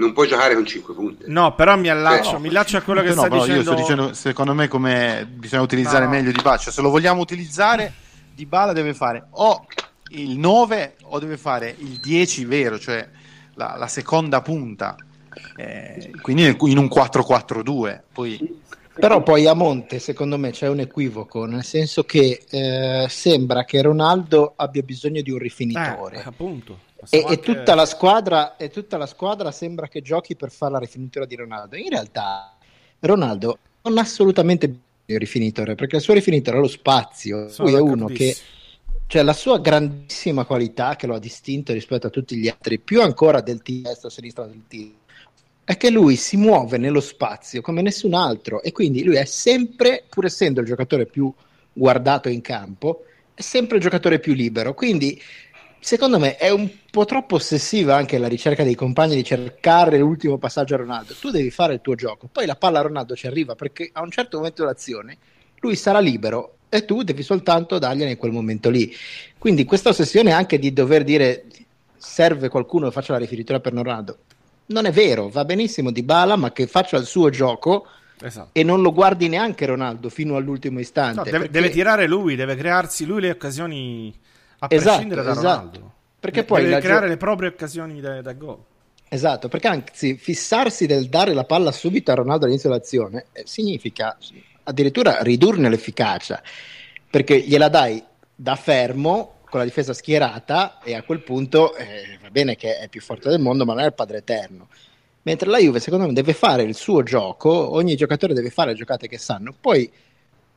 5 punte. No, però mi allaccio a quello che sta dicendo. Io sto dicendo, secondo me, come bisogna utilizzare meglio Dybala. Cioè, se lo vogliamo utilizzare, Dybala deve fare o il 9 o deve fare il 10 vero, cioè la seconda punta, quindi in un 4-4-2 poi. Però poi a monte secondo me c'è un equivoco, nel senso che sembra che Ronaldo abbia bisogno di un rifinitore, appunto. E tutta la squadra sembra che giochi per fare la rifinitura di Ronaldo. In realtà Ronaldo non ha assolutamente bisogno di un rifinitore, perché il suo rifinitore è lo spazio. Lui è uno che, cioè, la sua grandissima qualità che lo ha distinto rispetto a tutti gli altri, più ancora del destra o sinistra del tiro, è che lui si muove nello spazio come nessun altro, e quindi lui è sempre, pur essendo il giocatore più guardato in campo, è sempre il giocatore più libero. Quindi secondo me è un po' troppo ossessiva anche la ricerca dei compagni di cercare l'ultimo passaggio a Ronaldo. Tu devi fare il tuo gioco, poi la palla a Ronaldo ci arriva, perché a un certo momento dell'azione lui sarà libero e tu devi soltanto dargliene in quel momento lì. Quindi questa ossessione anche di dover dire serve qualcuno che faccia la rifinitura per Ronaldo, non è vero. Va benissimo Dybala, ma che faccia il suo gioco, esatto, e non lo guardi neanche Ronaldo fino all'ultimo istante. No, deve tirare lui, deve crearsi lui le occasioni a prescindere da Ronaldo. Perché poi deve creare le proprie occasioni da gol. Esatto, perché anzi fissarsi del dare la palla subito a Ronaldo all'inizio dell'azione significa addirittura ridurne l'efficacia, perché gliela dai da fermo con la difesa schierata e a quel punto va bene che è più forte del mondo, ma non è il padre eterno. Mentre la Juve secondo me deve fare il suo gioco, ogni giocatore deve fare le giocate che sanno, poi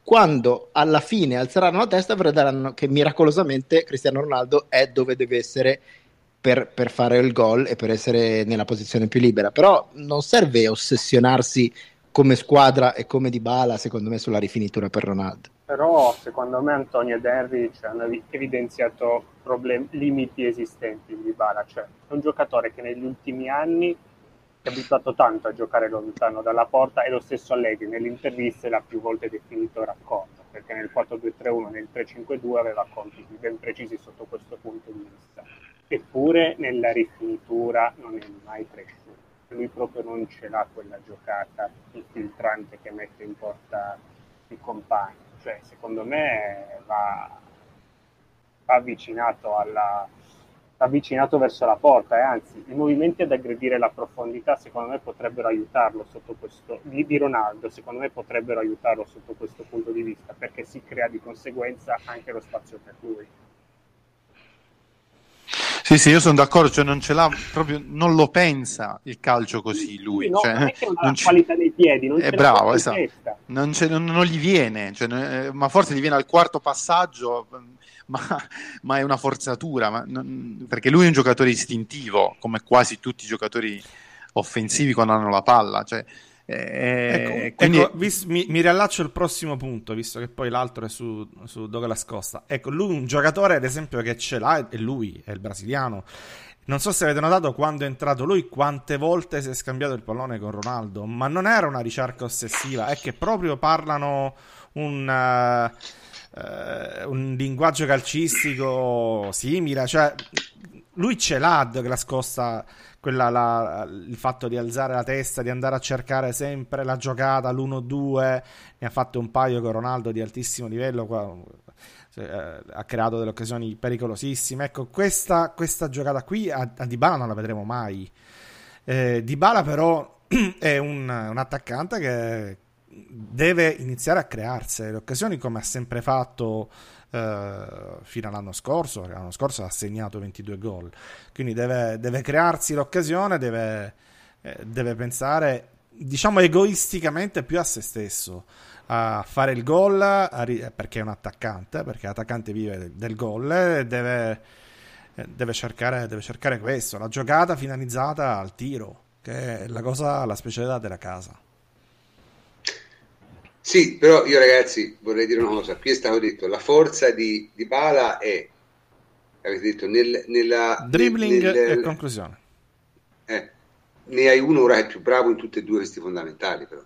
quando alla fine alzeranno la testa vedranno che miracolosamente Cristiano Ronaldo è dove deve essere per fare il gol e per essere nella posizione più libera. Però non serve ossessionarsi come squadra e come Dybala, secondo me, sulla rifinitura per Ronaldo. Però secondo me Antonio ed Henry hanno evidenziato limiti esistenti in Dybala, cioè è un giocatore che negli ultimi anni è abituato tanto a giocare lontano dalla porta, e lo stesso Allegri nelle interviste l'ha più volte definito racconto, perché nel 4-2-3-1 nel 3-5-2 aveva compiti ben precisi sotto questo punto di vista, eppure nella rifinitura non è mai cresciuto. Lui proprio non ce l'ha quella giocata infiltrante che mette in porta i compagni, cioè secondo me va avvicinato verso la porta, e anzi i movimenti ad aggredire la profondità secondo me potrebbero aiutarlo sotto questo di Ronaldo, secondo me potrebbero aiutarlo sotto questo punto di vista, perché si crea di conseguenza anche lo spazio per lui. Sì, io sono d'accordo, cioè non ce l'ha proprio, non lo pensa il calcio così lui. No, cioè, non è che non ha la qualità dei piedi, non è ce bravo, l'ha in esatto. testa. Non gli viene, cioè, ma forse gli viene al quarto passaggio, ma è una forzatura, perché lui è un giocatore istintivo, come quasi tutti i giocatori offensivi quando hanno la palla. Cioè, quindi... mi riallaccio al prossimo punto, visto che poi l'altro è su Douglas Costa. Ecco, lui un giocatore ad esempio che ce l'ha, è lui, è il brasiliano. Non so se avete notato quando è entrato lui quante volte si è scambiato il pallone con Ronaldo, ma non era una ricerca ossessiva, è che proprio parlano un linguaggio calcistico simile, cioè lui ce l'ha Douglas Costa, il fatto di alzare la testa, di andare a cercare sempre la giocata, l'1-2, ne ha fatto un paio con Ronaldo di altissimo livello, ha creato delle occasioni pericolosissime. Ecco, questa giocata qui a Dybala non la vedremo mai. Dybala però è un attaccante che deve iniziare a crearsi le occasioni, come ha sempre fatto fino all'anno scorso. L'anno scorso ha segnato 22 gol, quindi deve crearsi l'occasione, deve pensare, diciamo, egoisticamente più a se stesso, a fare il gol, perché è un attaccante, perché l'attaccante vive del gol, e deve cercare questo, la giocata finalizzata al tiro, che è la specialità della casa. Sì, però io ragazzi vorrei dire una cosa, qui è stato detto, la forza di Dybala è, avete detto, nella dribbling e conclusione. Ne hai uno ora che è più bravo in tutti e due questi fondamentali, però.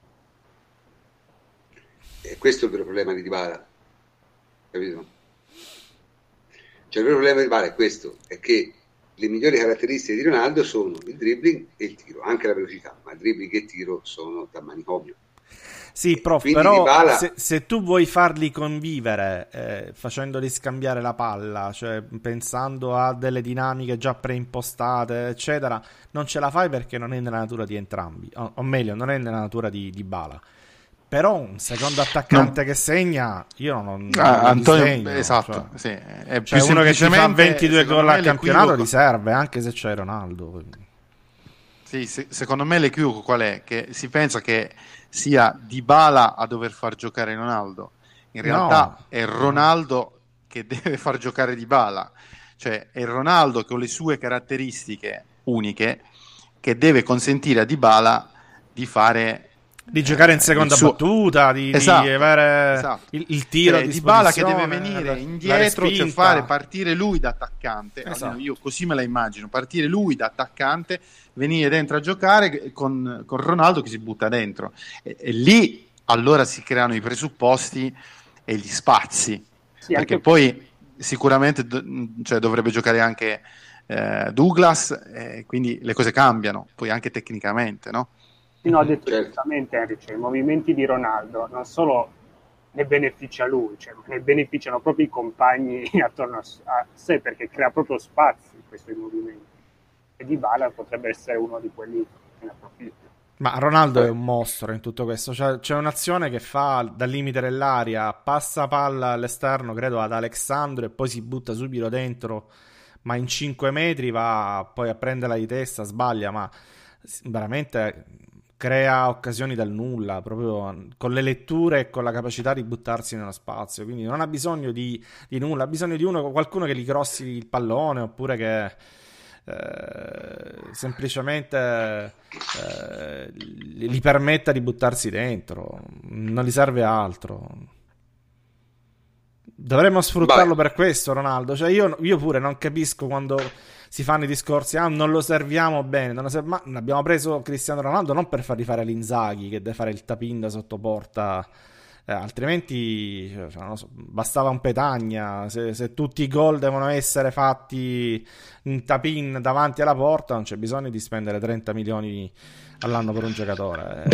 E questo è il vero problema di Dybala, capito? Cioè il vero problema di Dybala è questo, è che le migliori caratteristiche di Ronaldo sono il dribbling e il tiro, anche la velocità, ma dribbling e tiro sono da manicomio. Sì, prof, quindi però Dybala... se tu vuoi farli convivere facendoli scambiare la palla, cioè pensando a delle dinamiche già preimpostate, eccetera, non ce la fai perché non è nella natura di entrambi, o meglio, non è nella natura di Dybala. Però un secondo attaccante che segna, io non Antonio, disdegno, esatto, cioè, sì, è cioè più uno che ti fa 22 gol al campionato l'equivoco... li serve, anche se c'è Ronaldo. Sì, secondo me l'equivoco qual è? Che si pensa che sia Dybala a dover far giocare Ronaldo. In realtà è Ronaldo che deve far giocare Dybala. Cioè è Ronaldo con le sue caratteristiche uniche che deve consentire a Dybala di giocare in seconda battuta, di avere il tiro a Dybala che deve venire indietro, cioè fare partire lui da attaccante. Esatto. Io così me la immagino, partire lui da attaccante, venire dentro a giocare con Ronaldo che si butta dentro, e lì allora si creano i presupposti e gli spazi, sì, perché poi sicuramente dovrebbe giocare anche Douglas, quindi le cose cambiano poi anche tecnicamente, no? No, ha detto giustamente Henry, cioè, i movimenti di Ronaldo non solo ne beneficia lui, cioè, ne beneficiano proprio i compagni attorno a sé, perché crea proprio spazi in questi movimenti, e Dybala potrebbe essere uno di quelli che ne approfitta. Ma Ronaldo è un mostro in tutto questo, cioè, c'è un'azione che fa dal limite dell'area, passa palla all'esterno, credo ad Alexandro, e poi si butta subito dentro, ma in 5 metri va poi a prenderla di testa, sbaglia, ma veramente crea occasioni dal nulla, proprio con le letture e con la capacità di buttarsi nello spazio, quindi non ha bisogno di nulla, ha bisogno di qualcuno che gli crossi il pallone, oppure che semplicemente gli permetta di buttarsi dentro, non gli serve altro. Dovremmo sfruttarlo per questo, Ronaldo. Cioè io pure non capisco quando si fanno i discorsi, non lo serviamo bene, ma abbiamo preso Cristiano Ronaldo non per fargli fare l'Inzaghi, che deve fare il tapin da sotto porta, altrimenti cioè, non so, bastava un Petagna. Se tutti i gol devono essere fatti in tapin davanti alla porta, non c'è bisogno di spendere 30 milioni all'anno per un giocatore.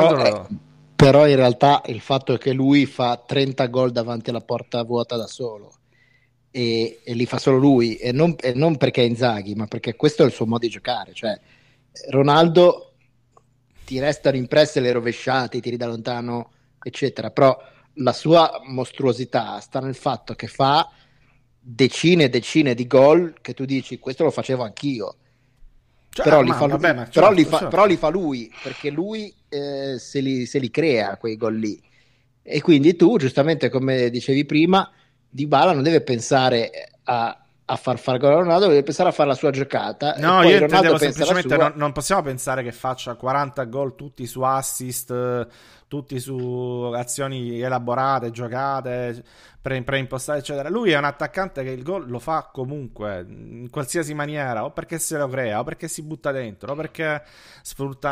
Però in realtà il fatto è che lui fa 30 gol davanti alla porta vuota da solo, e li fa solo lui, e non perché è Inzaghi, ma perché questo è il suo modo di giocare. Cioè Ronaldo ti restano impresse le rovesciate, i tiri da lontano eccetera, però la sua mostruosità sta nel fatto che fa decine e decine di gol che tu dici questo lo facevo anch'io. Cioè, però, però li fa lui, perché lui se li crea quei gol lì, e quindi tu giustamente, come dicevi prima, Dybala non deve pensare a far gol a Ronaldo, deve pensare a fare la sua giocata. No, e poi io Ronaldo intendevo pensa semplicemente non possiamo pensare che faccia 40 gol tutti su assist, tutti su azioni elaborate, giocate, preimpostate eccetera. Lui è un attaccante che il gol lo fa comunque, in qualsiasi maniera, o perché se lo crea, o perché si butta dentro, o perché sfrutta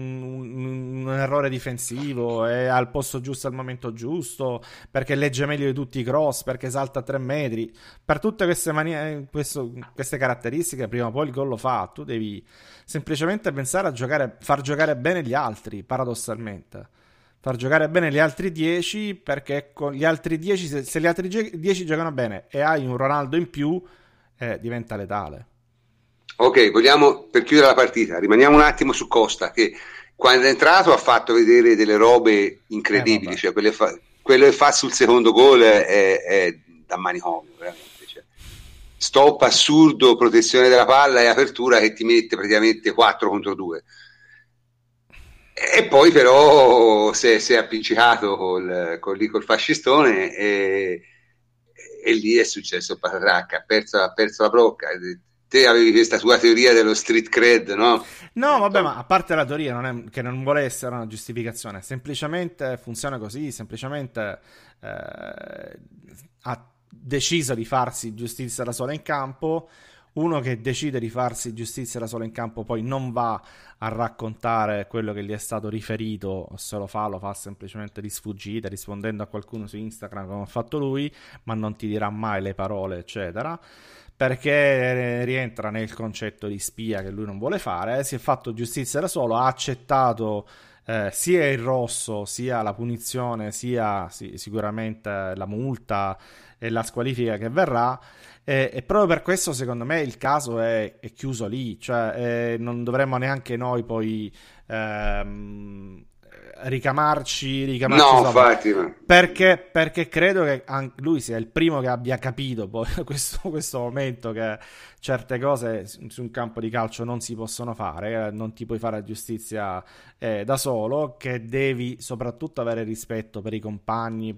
un errore difensivo, è al posto giusto al momento giusto, perché legge meglio di tutti i cross, perché salta a 3 metri. Per tutte queste queste caratteristiche prima o poi il gol lo fa. Tu devi semplicemente pensare a far giocare bene gli altri, paradossalmente far giocare bene gli altri 10, perché con gli altri 10, se gli altri 10 giocano bene e hai un Ronaldo in più, diventa letale. Ok, per chiudere la partita, rimaniamo un attimo su Costa, che quando è entrato ha fatto vedere delle robe incredibili, cioè quello che fa sul secondo gol è da manicomio, veramente. Cioè, stop assurdo, protezione della palla e apertura che ti mette praticamente 4 contro 2. E poi però si è appiccicato col fascistone e lì è successo il patatracca, ha perso la brocca. Te avevi questa tua teoria dello street cred, no? No, vabbè, ma a parte la teoria, non è che non vuole essere una giustificazione, semplicemente funziona così, semplicemente ha deciso di farsi giustizia da sola in campo. Uno che decide di farsi giustizia da solo in campo poi non va a raccontare quello che gli è stato riferito, o se lo fa semplicemente di sfuggita, rispondendo a qualcuno su Instagram come ha fatto lui, ma non ti dirà mai le parole eccetera, perché rientra nel concetto di spia che lui non vuole fare. Si è fatto giustizia da solo, ha accettato sia il rosso, sia la punizione, sia sicuramente la multa e la squalifica che verrà. E proprio per questo secondo me il caso è chiuso lì, cioè non dovremmo neanche noi poi ricamarci no, infatti, perché credo che anche lui sia il primo che abbia capito poi questo momento, che certe cose su un campo di calcio non si possono fare, non ti puoi fare giustizia da solo, che devi soprattutto avere rispetto per i compagni,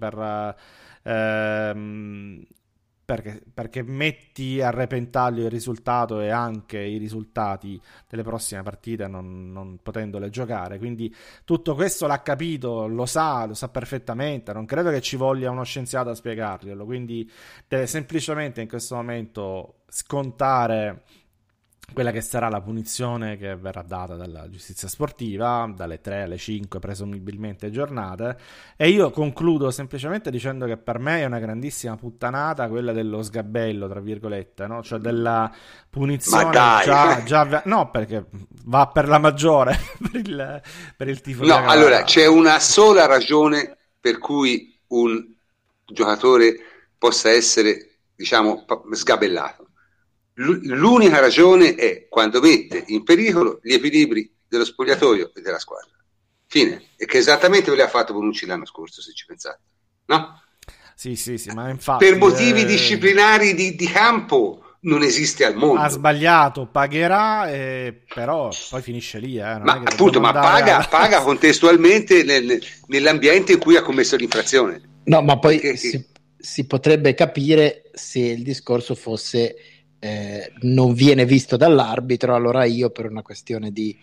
perché metti a repentaglio il risultato e anche i risultati delle prossime partite non potendole giocare. Quindi tutto questo l'ha capito, lo sa perfettamente, non credo che ci voglia uno scienziato a spiegarglielo, quindi deve semplicemente in questo momento scontare quella che sarà la punizione che verrà data dalla giustizia sportiva, dalle 3 alle 5 presumibilmente giornate. E io concludo semplicemente dicendo che per me è una grandissima puttanata quella dello sgabello, tra virgolette, no? Cioè della punizione già no, perché va per la maggiore per il tifo. No, allora c'è una sola ragione per cui un giocatore possa essere, diciamo, sgabellato. L'unica ragione è quando mette in pericolo gli equilibri dello spogliatoio e della squadra. Fine. E che esattamente quello ha fatto Bonucci l'anno scorso, se ci pensate, no? Sì, ma infatti per motivi disciplinari di campo non esiste al mondo. Ha sbagliato, pagherà, però poi finisce lì. Ma appunto, paga contestualmente nell'ambiente in cui ha commesso l'infrazione. No, ma poi si potrebbe capire se il discorso fosse non viene visto dall'arbitro, allora io per una questione di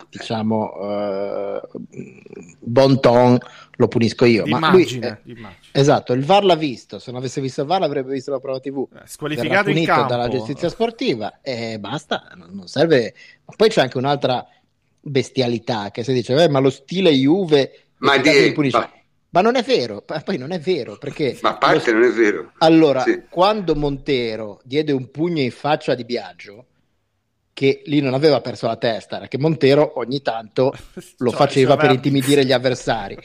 bon ton lo punisco io. Immagine. Esatto, il VAR l'ha visto, se non avesse visto il VAR l'avrebbe visto la prova TV. Squalificato in campo dalla giustizia sportiva e basta, non serve. Ma poi c'è anche un'altra bestialità che si dice ma lo stile Juve ma non è vero, poi non è vero, perché ma a parte non è vero. Allora, quando Montero diede un pugno in faccia di Biagio, che lì non aveva perso la testa, era che Montero ogni tanto lo faceva per intimidire gli avversari.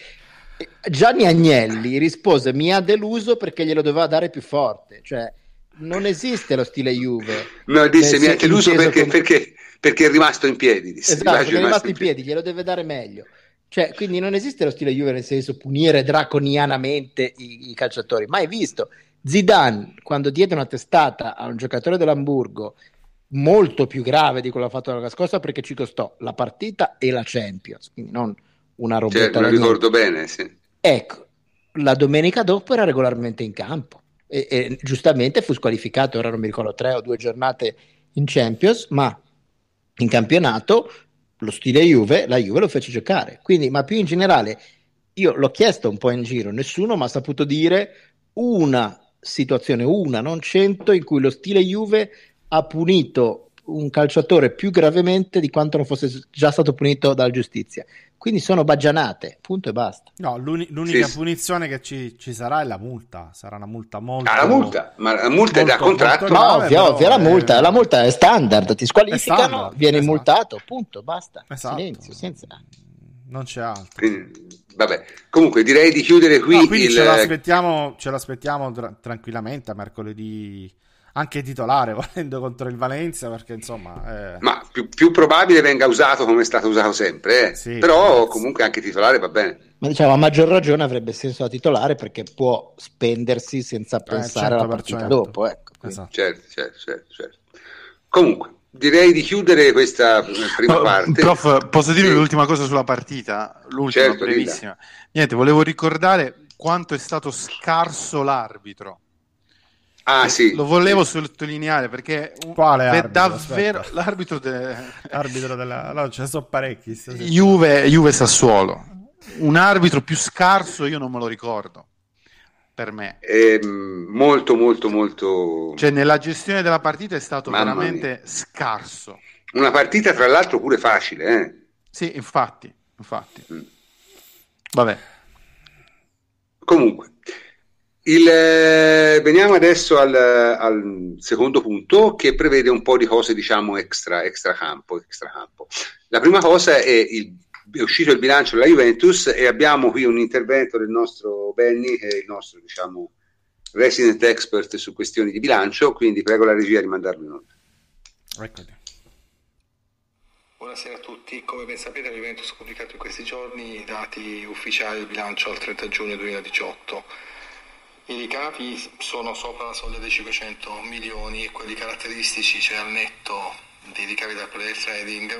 Gianni Agnelli rispose: mi ha deluso perché glielo doveva dare più forte. Cioè, non esiste lo stile Juve. No, disse mi ha deluso perché è rimasto in piedi. Esatto, perché è rimasto in piedi, glielo deve dare meglio. Cioè, quindi non esiste lo stile Juve nel senso punire draconianamente i calciatori. Mai visto. Zidane, quando diede una testata a un giocatore dell'Hamburgo molto più grave di quello che ha fatto l'anno scorsa, perché ci costò la partita e la Champions, quindi non una robetta. Lo ricordo bene, sì. Ecco, la domenica dopo era regolarmente in campo e giustamente fu squalificato, ora non mi ricordo 3 o 2 giornate in Champions, ma in campionato lo stile Juve, la Juve lo fece giocare. Quindi, ma più in generale, io l'ho chiesto un po' in giro, nessuno mi ha saputo dire una situazione, non 100, in cui lo stile Juve ha punito un calciatore più gravemente di quanto non fosse già stato punito dalla giustizia. Quindi sono baggianate, punto e basta. No, l'unica punizione che ci sarà è la multa. Sarà una multa molto... ma la multa è da contratto. No, ovvio, la multa è standard, ti squalificano, vieni multato, punto, basta. Esatto. Silenzio, senza... Non c'è altro. Quindi, vabbè, comunque direi di chiudere qui. No, quindi ce l'aspettiamo tranquillamente a mercoledì, anche titolare, volendo, contro il Valencia, perché insomma ma più probabile venga usato come è stato usato sempre, sì, però comunque anche titolare va bene. Ma diciamo, a maggior ragione avrebbe senso da titolare, perché può spendersi senza pensare alla partita dopo, ecco. Esatto. Certo. Comunque direi di chiudere questa prima parte. Prof, posso dire l'ultima cosa sulla partita? L'ultima, certo, brevissima. Niente, volevo ricordare quanto è stato scarso l'arbitro. Sì. Lo volevo sottolineare perché quale arbitro? Davvero Aspetta. l'arbitro no, ce ne sono parecchi. Juve Sassuolo. Un arbitro più scarso io non me lo ricordo. Per me molto. Cioè, nella gestione della partita è stato veramente mia. scarso. Una partita tra l'altro pure facile, Sì, infatti. Vabbè. Comunque veniamo adesso al secondo punto, che prevede un po' di cose, diciamo, extra campo. La prima cosa è uscito il bilancio della Juventus e abbiamo qui un intervento del nostro Benny, che è il nostro, diciamo, resident expert su questioni di bilancio, quindi prego la regia di mandarlo in onda. Eccoli. Buonasera a tutti. Come ben sapete, la Juventus ha pubblicato in questi giorni i dati ufficiali del bilancio al 30 giugno 2018. I ricavi sono sopra la soglia dei 500 milioni e quelli caratteristici, cioè al netto dei ricavi dal player trading,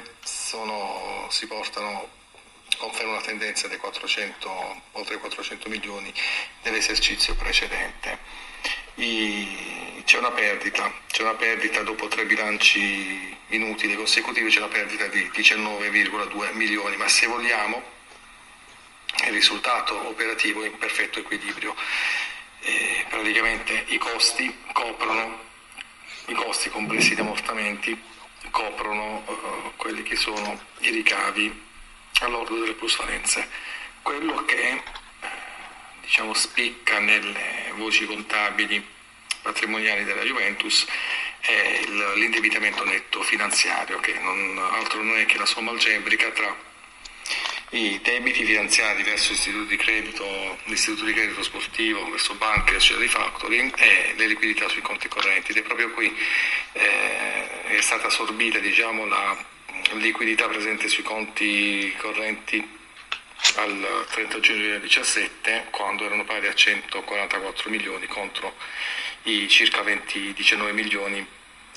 confermano una tendenza dei oltre 400 milioni dell'esercizio precedente. C'è una perdita dopo 3 bilanci inutili consecutivi, c'è una perdita di 19,2 milioni, ma se vogliamo il risultato operativo è in perfetto equilibrio. Praticamente i costi complessi di ammortamenti coprono quelli che sono i ricavi all'ordo delle plusvalenze. Quello che spicca nelle voci contabili patrimoniali della Juventus è l'indebitamento netto finanziario, che altro non è che la somma algebrica tra i debiti finanziari verso l'istituto di credito sportivo, verso banche, cioè di factoring, e le liquidità sui conti correnti. Ed è proprio qui è stata assorbita, diciamo, la liquidità presente sui conti correnti al 30 giugno 2017, quando erano pari a 144 milioni contro i circa 19 milioni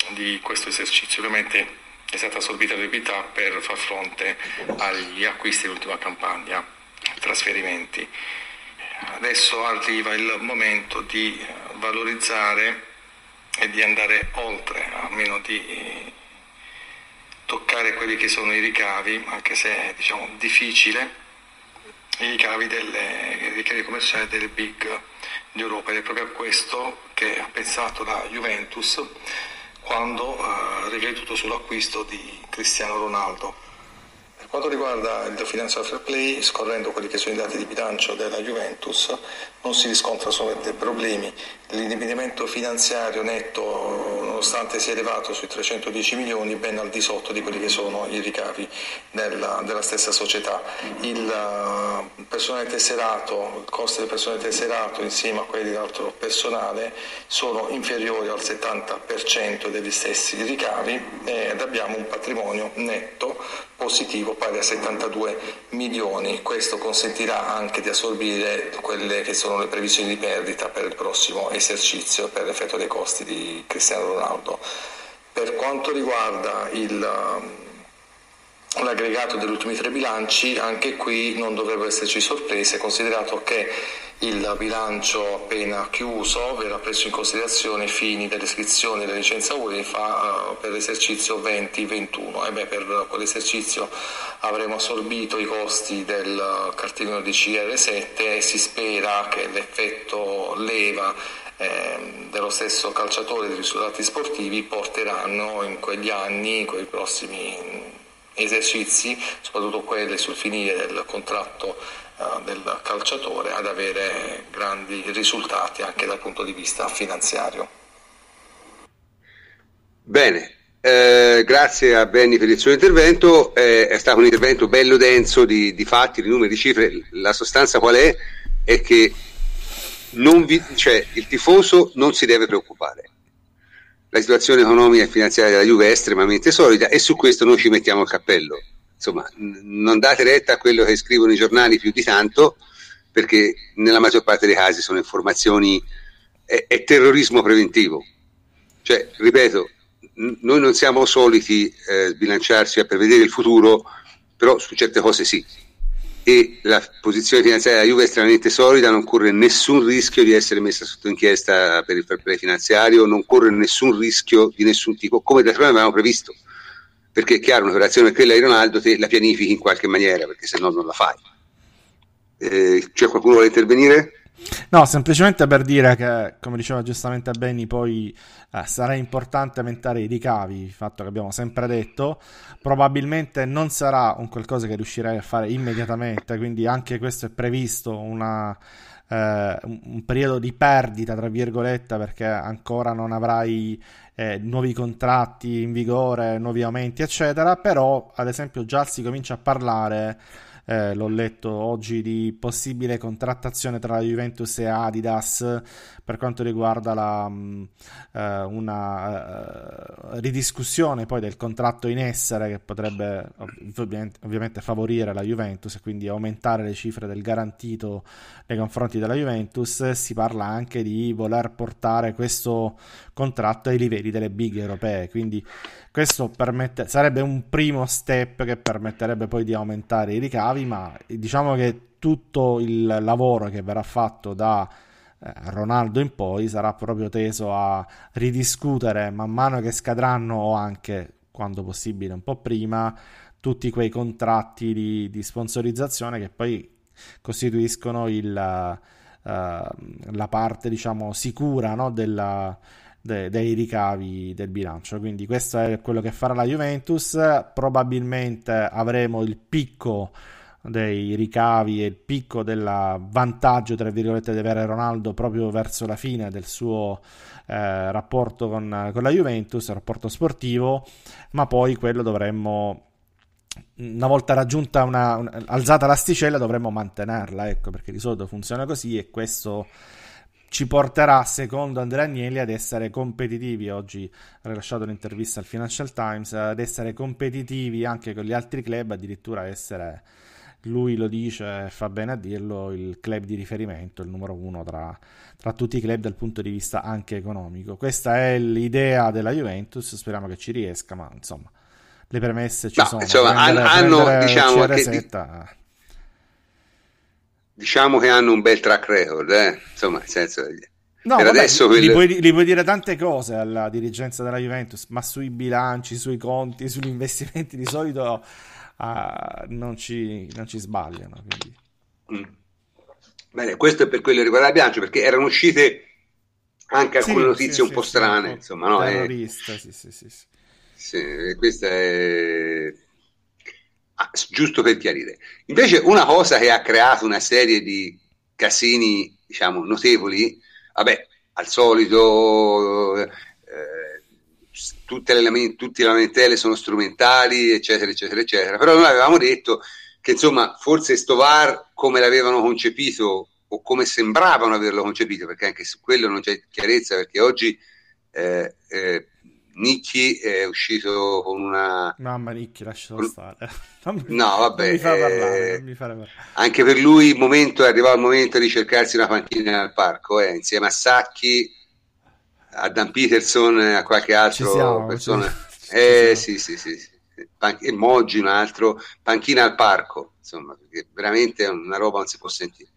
di questo esercizio. Ovviamente è stata assorbita liquidità per far fronte agli acquisti dell'ultima campagna, trasferimenti. Adesso arriva il momento di valorizzare e di andare oltre, almeno di toccare quelli che sono i ricavi, anche se è difficile, i ricavi commerciali delle big d'Europa, ed è proprio a questo che ha pensato la Juventus quando ha riflettuto sull'acquisto di Cristiano Ronaldo. Per quanto riguarda il Financial Fair Play, scorrendo quelli che sono i dati di bilancio della Juventus, non si riscontra solamente problemi. L'indebitamento finanziario netto, nonostante sia elevato sui 310 milioni, ben al di sotto di quelli che sono i ricavi della stessa società. Il personale tesserato, il costo del personale tesserato insieme a quelli dell'altro personale sono inferiori al 70% degli stessi ricavi, ed abbiamo un patrimonio netto positivo pari a 72 milioni. Questo consentirà anche di assorbire quelle che sono le previsioni di perdita per il prossimo esercizio per l'effetto dei costi di Cristiano Ronaldo. Per quanto riguarda l'aggregato degli ultimi 3 bilanci, anche qui non dovrebbero esserci sorprese, considerato che il bilancio appena chiuso verrà preso in considerazione ai fini dell'iscrizione della licenza UEFA per l'esercizio 2021. Per quell'esercizio avremo assorbito i costi del cartellino di CR7 e si spera che l'effetto leva dello stesso calciatore dei risultati sportivi porteranno in quegli anni, in quei prossimi esercizi, soprattutto quelli sul finire del contratto del calciatore, ad avere grandi risultati anche dal punto di vista finanziario. Bene, grazie a Benny per il suo intervento. È stato un intervento bello denso di fatti, di numeri, di cifre. La sostanza qual è? È che il tifoso non si deve preoccupare. La situazione economica e finanziaria della Juve è estremamente solida e su questo noi ci mettiamo il cappello. Insomma, non date retta a quello che scrivono i giornali più di tanto, perché nella maggior parte dei casi sono informazioni, è terrorismo preventivo. Cioè, ripeto, noi non siamo soliti sbilanciarci a prevedere il futuro, però su certe cose sì. E la posizione finanziaria della Juve è estremamente solida, non corre nessun rischio di essere messa sotto inchiesta per il fair play finanziario, non corre nessun rischio di nessun tipo, come d'altronde avevamo previsto, perché è chiaro, un'operazione come quella di Ronaldo te la pianifichi in qualche maniera, perché se no non la fai. C'è qualcuno che vuole intervenire? No, semplicemente per dire che, come diceva giustamente Benny, poi sarà importante aumentare i ricavi, il fatto che abbiamo sempre detto, probabilmente non sarà un qualcosa che riuscirai a fare immediatamente, quindi anche questo è previsto un periodo di perdita, tra virgolette, perché ancora non avrai nuovi contratti in vigore, nuovi aumenti, eccetera, però ad esempio già si comincia a parlare. L'ho letto oggi di possibile contrattazione tra la Juventus e Adidas per quanto riguarda una ridiscussione poi del contratto in essere, che potrebbe ovviamente favorire la Juventus e quindi aumentare le cifre del garantito nei confronti della Juventus. Si parla anche di voler portare questo contratto ai livelli delle big europee, quindi questo sarebbe un primo step che permetterebbe poi di aumentare i ricavi, ma diciamo che tutto il lavoro che verrà fatto da Ronaldo in poi sarà proprio teso a ridiscutere man mano che scadranno, o anche quando possibile un po' prima, tutti quei contratti di sponsorizzazione che poi costituiscono la parte, diciamo, sicura, no, dei ricavi del bilancio. Quindi questo è quello che farà la Juventus. Probabilmente avremo il picco dei ricavi e il picco del vantaggio, tra virgolette, di avere Ronaldo proprio verso la fine del suo rapporto con la Juventus, rapporto sportivo, ma poi quello dovremmo, una volta raggiunta alzata l'asticella, dovremmo mantenerla, ecco, perché di solito funziona così, e questo ci porterà, secondo Andrea Agnelli, ad essere competitivi. Oggi ha rilasciato un'intervista al Financial Times, ad essere competitivi anche con gli altri club, addirittura essere lui lo dice, fa bene a dirlo, il club di riferimento, il numero uno tra tutti i club dal punto di vista anche economico. Questa è l'idea della Juventus, speriamo che ci riesca, ma insomma le premesse ci sono. Insomma, hanno, diciamo che hanno un bel track record, insomma, nel senso, no, vabbè, adesso gli puoi dire tante cose alla dirigenza della Juventus, ma sui bilanci, sui conti, sugli investimenti di solito non ci sbagliano, quindi. Bene, questo è per quello che riguarda il bilancio, perché erano uscite anche alcune notizie un po' strane, insomma, no? Terrorista, sì, questa è giusto per chiarire. Invece una cosa che ha creato una serie di casini, diciamo, notevoli, vabbè, al solito tutte le lamentele sono strumentali, eccetera, eccetera, eccetera, però noi avevamo detto che, insomma, forse sto VAR, come l'avevano concepito o come sembravano averlo concepito, perché anche su quello non c'è chiarezza, perché oggi Nicchi è uscito con una... Mamma Nicchi, lascialo stare. No, vabbè. Non mi fa parlare. Anche per lui è arrivato il momento di cercarsi una panchina al parco, insieme a Sacchi, a Dan Peterson, a qualche altro persona. Sì. E Moggi, un altro, panchina al parco, insomma, perché veramente è una roba non si può sentire.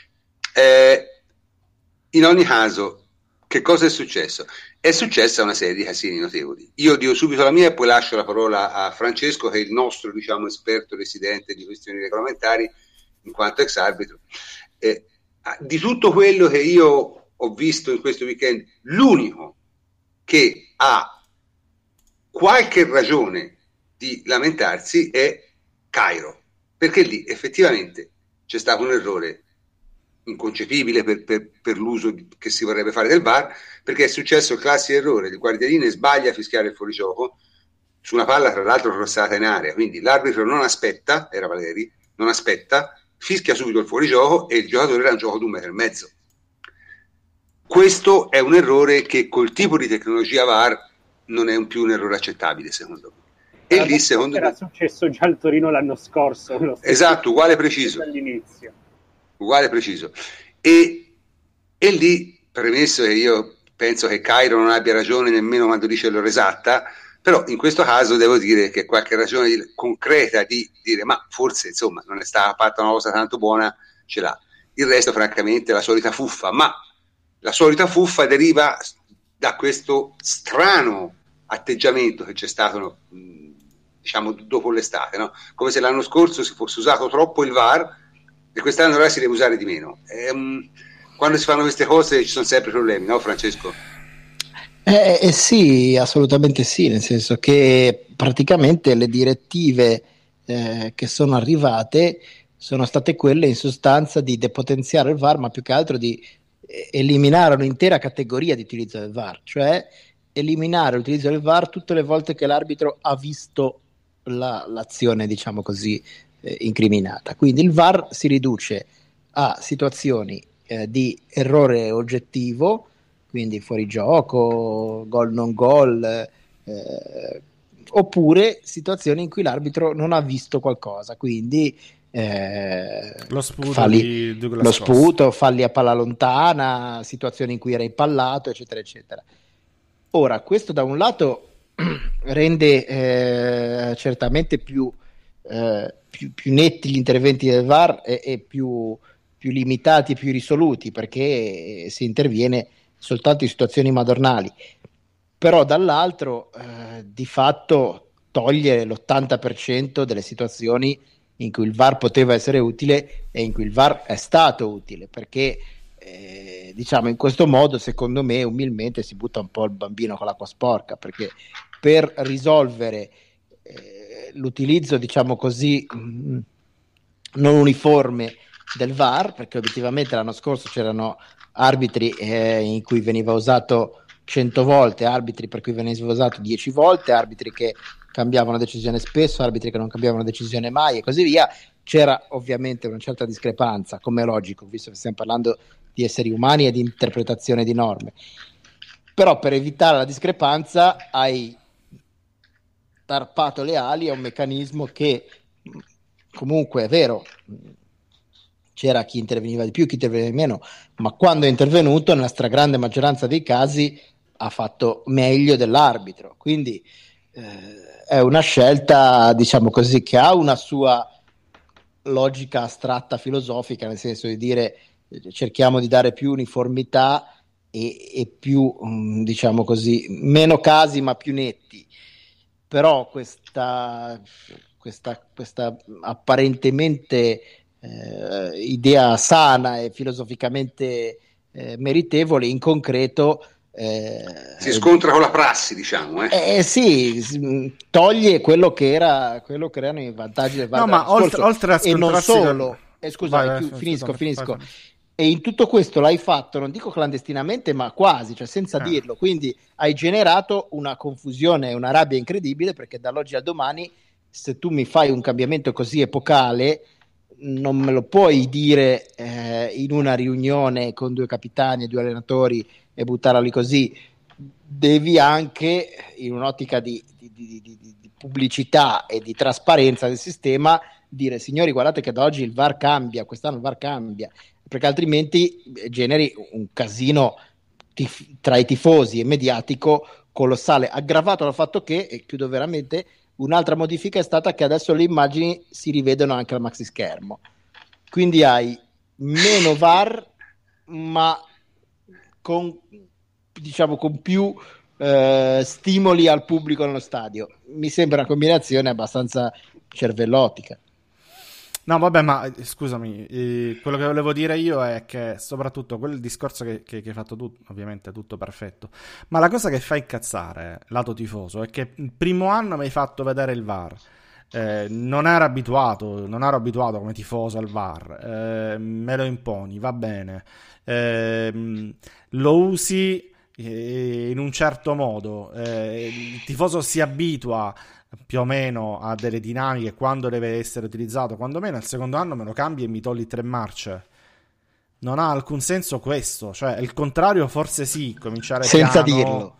In ogni caso, che cosa è successo? È successa una serie di casini notevoli. Io dico subito la mia e poi lascio la parola a Francesco, che è il nostro, diciamo, esperto residente di questioni regolamentari, in quanto ex arbitro. Di tutto quello che io ho visto in questo weekend, l'unico che ha qualche ragione di lamentarsi è Cairo, perché lì effettivamente c'è stato un errore inconcepibile per l'uso che si vorrebbe fare del VAR, perché è successo il classico errore: il guardialine sbaglia a fischiare il fuorigioco su una palla tra l'altro crossata in area, quindi l'arbitro non aspetta, era Valeri, non aspetta, fischia subito il fuorigioco e il giocatore era in gioco di 1,5 metri. Questo è un errore che col tipo di tecnologia VAR non è più un errore accettabile, secondo me. E lì, secondo me, era successo già al Torino l'anno scorso. Esatto, uguale preciso. All'inizio. Uguale preciso. E lì, premesso che io penso che Cairo non abbia ragione nemmeno quando dice l'ora esatta, però in questo caso devo dire che qualche ragione concreta di dire ma forse, insomma, non è stata fatta una cosa tanto buona, ce l'ha. Il resto, francamente, è la solita fuffa, ma la solita fuffa deriva da questo strano atteggiamento che c'è stato, diciamo, dopo l'estate, no? Come se l'anno scorso si fosse usato troppo il VAR e quest'anno ora si deve usare di meno. Quando si fanno queste cose ci sono sempre problemi, no, Francesco? Sì, assolutamente sì, nel senso che praticamente le direttive che sono arrivate sono state quelle in sostanza di depotenziare il VAR, ma più che altro di eliminare un'intera categoria di utilizzo del VAR, cioè eliminare l'utilizzo del VAR tutte le volte che l'arbitro ha visto l'azione, diciamo così, incriminata. Quindi il VAR si riduce a situazioni di errore oggettivo, quindi fuorigioco, gol non gol, oppure situazioni in cui l'arbitro non ha visto qualcosa, quindi lo sputo, falli a palla lontana, situazioni in cui era impallato, eccetera eccetera. Ora, questo da un lato rende certamente più netti gli interventi del VAR e più limitati e più risoluti, perché si interviene soltanto in situazioni madornali, però dall'altro di fatto toglie l'80% delle situazioni in cui il VAR poteva essere utile e in cui il VAR è stato utile, perché diciamo in questo modo, secondo me, umilmente si butta un po' il bambino con l'acqua sporca, perché per risolvere l'utilizzo, diciamo così, non uniforme del VAR, perché obiettivamente l'anno scorso c'erano arbitri in cui veniva usato 100 volte, arbitri per cui veniva usato 10 volte, arbitri che cambiavano decisione spesso, arbitri che non cambiavano decisione mai e così via. C'era ovviamente una certa discrepanza, come è logico, visto che stiamo parlando di esseri umani e di interpretazione di norme, però per evitare la discrepanza hai tarpato le ali a un meccanismo che comunque è vero, c'era chi interveniva di più, chi interveniva di meno, ma quando è intervenuto nella stragrande maggioranza dei casi ha fatto meglio dell'arbitro, quindi è una scelta, diciamo così, che ha una sua logica astratta filosofica, nel senso di dire cerchiamo di dare più uniformità e più, diciamo così, meno casi ma più netti, però questa apparentemente idea sana e filosoficamente meritevole, in concreto si scontra con la prassi, diciamo. Sì, toglie quello che erano i vantaggi del VAR. No, ma oltre a e non solo, finisco. Vai. E in tutto questo l'hai fatto, non dico clandestinamente, ma quasi, cioè senza dirlo. Quindi hai generato una confusione e una rabbia incredibile, perché dall'oggi al domani, se tu mi fai un cambiamento così epocale, non me lo puoi dire in una riunione con 2 capitani e 2 allenatori e buttarla lì così. Devi anche, in un'ottica di pubblicità e di trasparenza del sistema, dire: signori, guardate che da oggi il VAR cambia, quest'anno il VAR cambia, perché altrimenti generi un casino tra i tifosi e mediatico colossale, aggravato dal fatto che, e chiudo veramente, un'altra modifica è stata che adesso le immagini si rivedono anche al maxi schermo, quindi hai meno VAR ma con più stimoli al pubblico nello stadio. Mi sembra una combinazione abbastanza cervellotica. No, vabbè, ma scusami, quello che volevo dire io è che soprattutto quel discorso che hai fatto tu, ovviamente tutto perfetto, ma la cosa che fa incazzare lato tifoso è che il primo anno mi hai fatto vedere il VAR, non ero abituato come tifoso al VAR, me lo imponi, va bene, lo usi in un certo modo, il tifoso si abitua più o meno a delle dinamiche quando deve essere utilizzato, quando meno. Il secondo anno me lo cambi e mi togli 3 marce. Non ha alcun senso questo, cioè il contrario forse sì, cominciare senza piano, dirlo.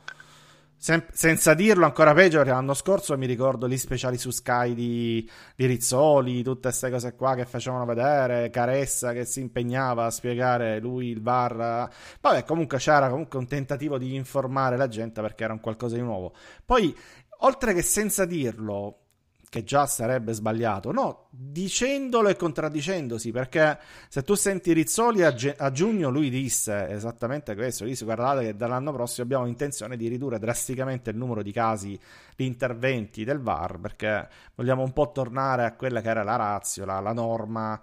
Senza dirlo ancora peggio, perché l'anno scorso mi ricordo gli speciali su Sky di Rizzoli, tutte queste cose qua che facevano vedere, Caressa che si impegnava a spiegare lui il VAR. Vabbè, comunque c'era comunque un tentativo di informare la gente perché era un qualcosa di nuovo. Poi, oltre che senza dirlo, che già sarebbe sbagliato, no, dicendolo e contraddicendosi, perché se tu senti Rizzoli a giugno, lui disse esattamente questo, disse: guardate che dall'anno prossimo abbiamo intenzione di ridurre drasticamente il numero di casi, di interventi del VAR, perché vogliamo un po' tornare a quella che era la ratio, la norma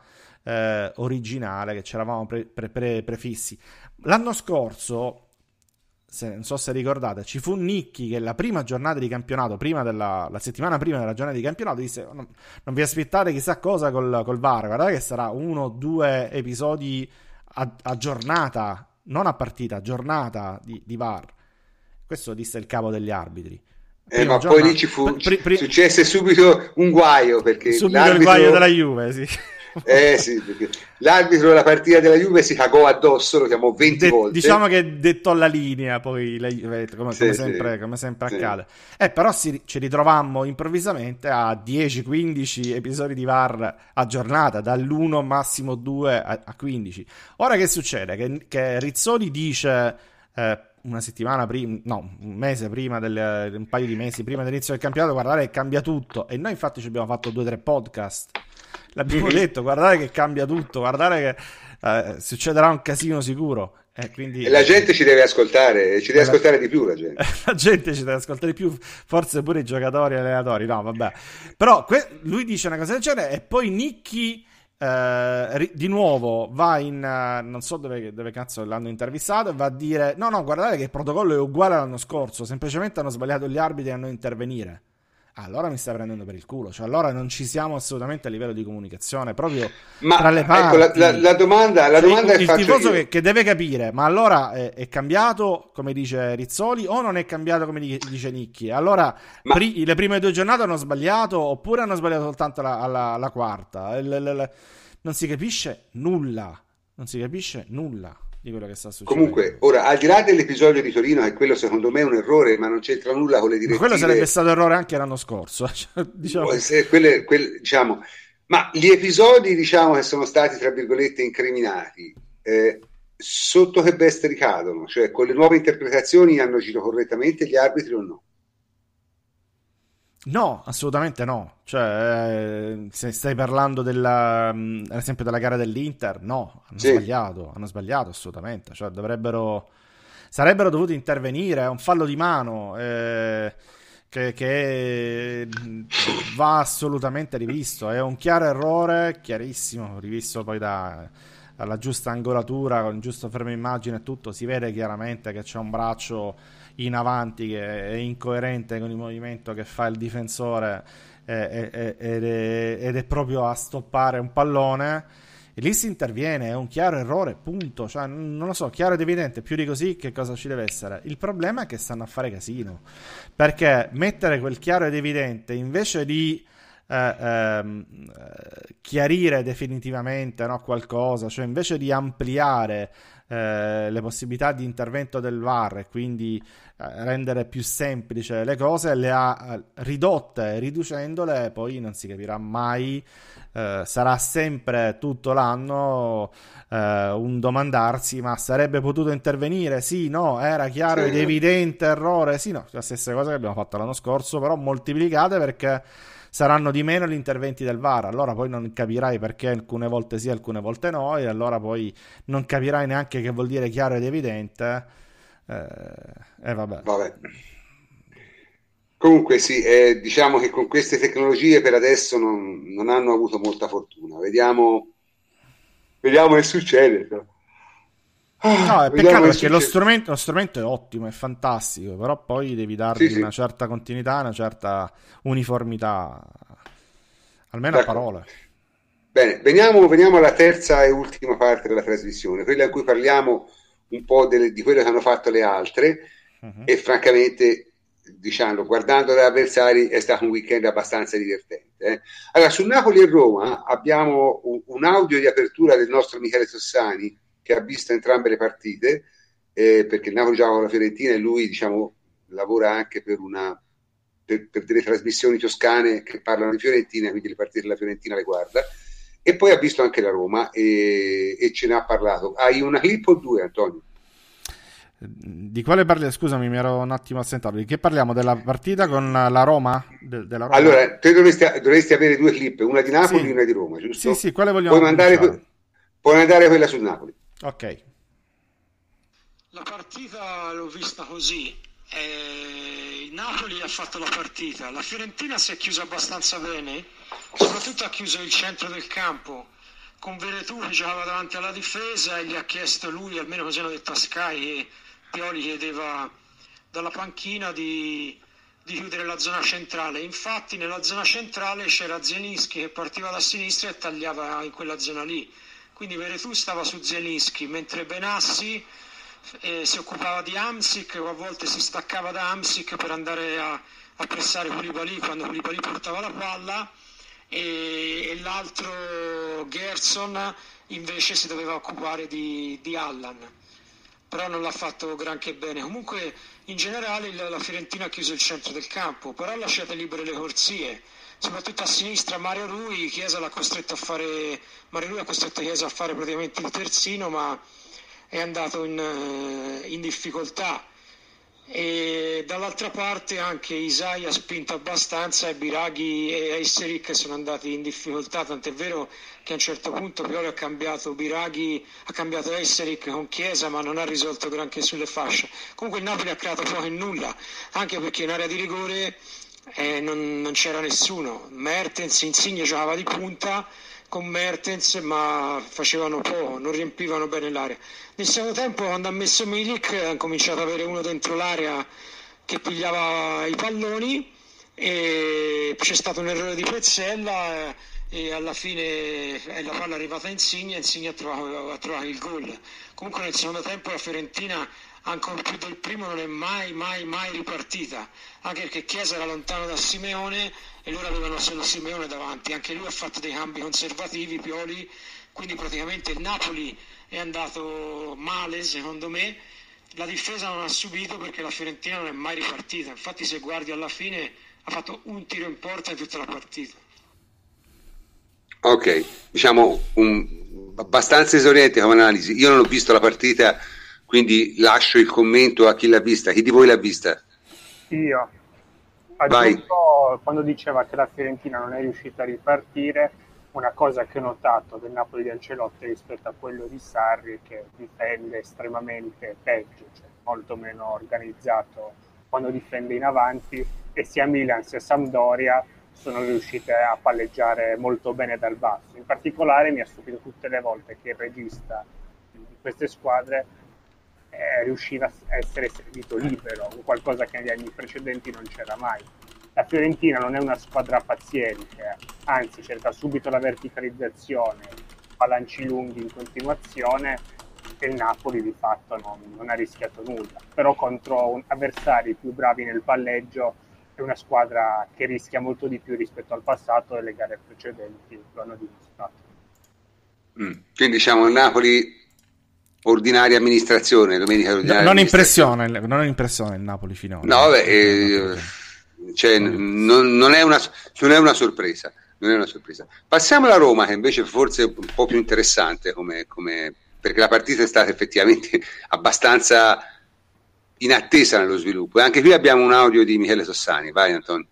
originale che ci eravamo prefissi. L'anno scorso, non so se ricordate, ci fu Nicchi che la prima giornata di campionato, la settimana prima della giornata di campionato, disse: non vi aspettate chissà cosa col VAR, guardate che sarà 1 o 2 episodi a giornata, non a partita, a giornata di VAR. Questo disse il capo degli arbitri. Ma poi lì ci fu successe subito un guaio, perché subito il guaio della Juve, sì. Sì, perché l'arbitro della partita della Juve si cagò addosso, lo chiamò 20 volte. Diciamo che dettò la linea, poi come sempre accade. Però ci ritrovammo improvvisamente a 10-15 episodi di VAR a giornata, dall'1 massimo 2 a 15. Ora che succede? Che Rizzoli dice una settimana prima, no, un mese prima, un paio di mesi prima dell'inizio del campionato: guardate che cambia tutto. E noi infatti ci abbiamo fatto 2 o 3 podcast. L'abbiamo detto: guardate che cambia tutto, guardate che succederà un casino sicuro. Quindi, la gente ci deve ascoltare, ci deve ascoltare di più la gente. La gente ci deve ascoltare di più, forse pure i giocatori e allenatori, no vabbè. Però lui dice una cosa del genere e poi Nicchi di nuovo va in non so dove cazzo l'hanno intervistato e va a dire: no, guardate che il protocollo è uguale all'anno scorso, semplicemente hanno sbagliato gli arbitri a non intervenire. Allora mi stai prendendo per il culo, cioè allora non ci siamo assolutamente a livello di comunicazione proprio tra le parti. Ecco, la domanda è il tifoso che deve capire: ma allora è cambiato come dice Rizzoli o non è cambiato come dice Nicchi? Allora le prime 2 giornate hanno sbagliato oppure hanno sbagliato soltanto la quarta? Non si capisce nulla di quello che sta succedendo. Comunque, ora, al di là dell'episodio di Torino, che quello secondo me è un errore, ma non c'entra nulla con le direttive. Ma quello sarebbe stato errore anche l'anno scorso, diciamo. Diciamo, Ma gli episodi, diciamo, che sono stati, tra virgolette, incriminati, sotto che veste ricadono? Cioè, con le nuove interpretazioni hanno agito correttamente gli arbitri o no? No, assolutamente no. Cioè, se stai parlando ad esempio della gara dell'Inter, no, Sì, hanno sbagliato assolutamente. Cioè, sarebbero dovuti intervenire, è un fallo di mano che va assolutamente rivisto. È un chiaro errore, chiarissimo, rivisto poi dalla giusta angolatura, con il giusto fermo immagine e tutto. Si vede chiaramente che c'è un braccio in avanti che è incoerente con il movimento che fa il difensore ed è proprio a stoppare un pallone e lì si interviene, è un chiaro errore, punto. Cioè, non lo so, chiaro ed evidente, più di così che cosa ci deve essere. Il problema è che stanno a fare casino, perché mettere quel chiaro ed evidente invece di chiarire definitivamente, no, qualcosa, cioè invece di ampliare le possibilità di intervento del VAR e quindi rendere più semplice le cose, le ha ridotte, riducendole poi non si capirà mai, sarà sempre tutto l'anno un domandarsi: ma sarebbe potuto intervenire? Sì, no, era chiaro ed evidente errore? Sì, no, la stessa cosa che abbiamo fatto l'anno scorso, però moltiplicate, perché saranno di meno gli interventi del VAR. Allora poi non capirai perché alcune volte sì, alcune volte no, e allora poi non capirai neanche che vuol dire chiaro ed evidente. Vabbè. vabbè. Comunque sì, diciamo che con queste tecnologie per adesso non hanno avuto molta fortuna. Vediamo che succede. No, è Vediamo peccato che perché lo succede. strumento è ottimo, è fantastico, però poi devi Sì, dargli una sì, certa continuità, una certa uniformità, almeno a d'accordo. parole. Bene, veniamo alla terza e ultima parte della trasmissione, quella in cui parliamo un po' di quello che hanno fatto le altre Mhm. e francamente, diciamo, guardando gli avversari è stato un weekend abbastanza divertente. Allora, su Napoli e Roma abbiamo un audio di apertura del nostro Michele Sossani che ha visto entrambe le partite, perché il Napoli gioca con la Fiorentina e lui, diciamo, lavora anche per delle trasmissioni toscane che parlano di Fiorentina, quindi le partite della Fiorentina le guarda. E poi ha visto anche la Roma e ce ne ha parlato. Hai una clip o due, Antonio? Di quale parli? Scusami, mi ero un attimo assentato. Di che parliamo? Della partita con la Roma? Della Roma? Allora, te dovresti avere due clip, una di Napoli e Sì, una di Roma, sì, giusto? sì, quale Puoi vogliamo mandare, cominciare? puoi mandare quella sul Napoli. Ok. La partita l'ho vista così. Il Napoli ha fatto la partita, la Fiorentina si è chiusa abbastanza bene, soprattutto ha chiuso il centro del campo con Veretù che giocava davanti alla difesa e gli ha chiesto lui, almeno così hanno detto a Sky, che Pioli chiedeva dalla panchina di chiudere la zona centrale. Infatti nella zona centrale c'era Zielinski che partiva da sinistra e tagliava in quella zona lì. Quindi Veretù stava su Zielinski, mentre Benassi si occupava di Hamsik o a volte si staccava da Hamsik per andare a pressare Koulibaly quando Koulibaly portava la palla e l'altro Gerson invece si doveva occupare di Allan, però non l'ha fatto granché bene. Comunque in generale la Fiorentina ha chiuso il centro del campo, però ha lasciato libere le corsie, soprattutto a sinistra Mario Rui. Mario Rui ha costretto Chiesa a fare praticamente il terzino, ma è andato in difficoltà. E dall'altra parte anche Isai ha spinto abbastanza e Biraghi e Eiseric sono andati in difficoltà, tant'è vero che a un certo punto Pioli ha cambiato Biraghi, ha cambiato Eiseric con Chiesa, ma non ha risolto granché sulle fasce. Comunque il Napoli ha creato poco e nulla, anche perché in area di rigore non c'era nessuno. Mertens, Insigne giocava di punta con Mertens, ma facevano poco, non riempivano bene l'area. Nel secondo tempo, quando ha messo Milik, ha cominciato ad avere uno dentro l'area che pigliava i palloni e c'è stato un errore di Pezzella e alla fine la palla è arrivata a Insigne ha trovato il gol. Comunque nel secondo tempo la Fiorentina ancora più del primo non è mai ripartita, anche perché Chiesa era lontano da Simeone e loro avevano solo Simeone davanti. Anche lui ha fatto dei cambi conservativi, Pioli, quindi praticamente il Napoli è andato male secondo me. La difesa non ha subito perché la Fiorentina non è mai ripartita, infatti se guardi alla fine ha fatto un tiro in porta in tutta la partita. Ok, diciamo abbastanza esauriente come analisi. Io non ho visto la partita, quindi lascio il commento a chi l'ha vista. Chi di voi l'ha vista? Io Vai. aggiungo, quando diceva che la Fiorentina non è riuscita a ripartire, una cosa che ho notato del Napoli di Ancelotti rispetto a quello di Sarri è che difende estremamente peggio, cioè molto meno organizzato quando difende in avanti, e sia Milan sia Sampdoria sono riuscite a palleggiare molto bene dal basso. In particolare mi ha stupito tutte le volte che il regista di queste squadre riusciva a essere servito libero, qualcosa che negli anni precedenti non c'era mai. La Fiorentina non è una squadra paziente, anzi cerca subito la verticalizzazione, fa lanci lunghi in continuazione, e il Napoli di fatto non ha rischiato nulla. Però contro avversari più bravi nel palleggio è una squadra che rischia molto di più rispetto al passato, e le gare precedenti lo hanno dimostrato. Quindi diciamo il Napoli ordinaria amministrazione, domenica non impressione il Napoli finora. No, vabbè, cioè, non è una sorpresa. Non è una sorpresa. Passiamo alla Roma, che invece forse è un po' più interessante perché la partita è stata effettivamente abbastanza inattesa nello sviluppo. E anche qui abbiamo un audio di Michele Sossani. Vai, Antonio.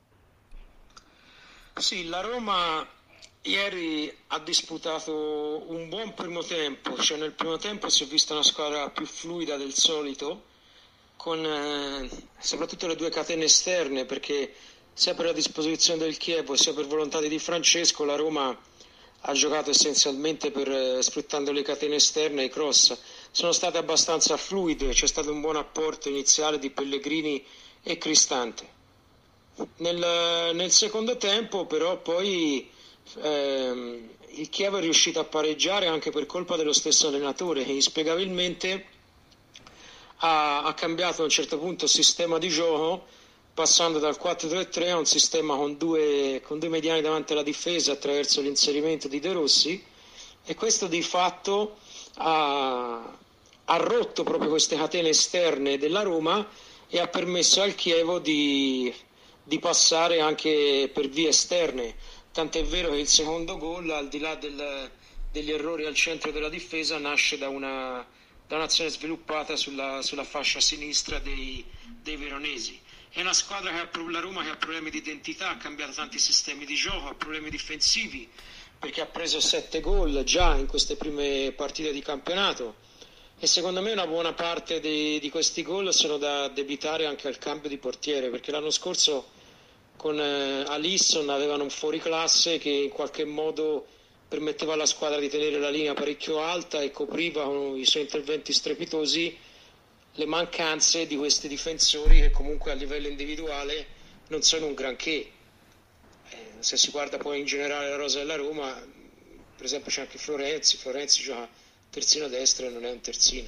Sì, la Roma ieri ha disputato un buon primo tempo, cioè nel primo tempo si è vista una squadra più fluida del solito, con soprattutto le due catene esterne, perché sia per la disposizione del Chievo sia per volontà di Di Francesco la Roma ha giocato essenzialmente sfruttando le catene esterne e i cross. Sono state abbastanza fluide, c'è stato un buon apporto iniziale di Pellegrini e Cristante. Nel secondo tempo però poi il Chievo è riuscito a pareggiare anche per colpa dello stesso allenatore, che inspiegabilmente ha cambiato a un certo punto il sistema di gioco, passando dal 4-3-3 a un sistema con due mediani davanti alla difesa attraverso l'inserimento di De Rossi, e questo di fatto ha rotto proprio queste catene esterne della Roma e ha permesso al Chievo di passare anche per vie esterne, tant'è vero che il secondo gol, al di là degli errori al centro della difesa, nasce da un'azione sviluppata sulla fascia sinistra dei veronesi. È una squadra la Roma che ha problemi di identità, ha cambiato tanti sistemi di gioco, ha problemi difensivi, perché ha preso 7 gol già in queste prime partite di campionato, e secondo me una buona parte di questi gol sono da addebitare anche al cambio di portiere, perché l'anno scorso con Alisson avevano un fuoriclasse che in qualche modo permetteva alla squadra di tenere la linea parecchio alta e copriva con i suoi interventi strepitosi le mancanze di questi difensori, che comunque a livello individuale non sono un granché. Se si guarda poi in generale la rosa della Roma, per esempio c'è anche Florenzi gioca terzino destro e non è un terzino.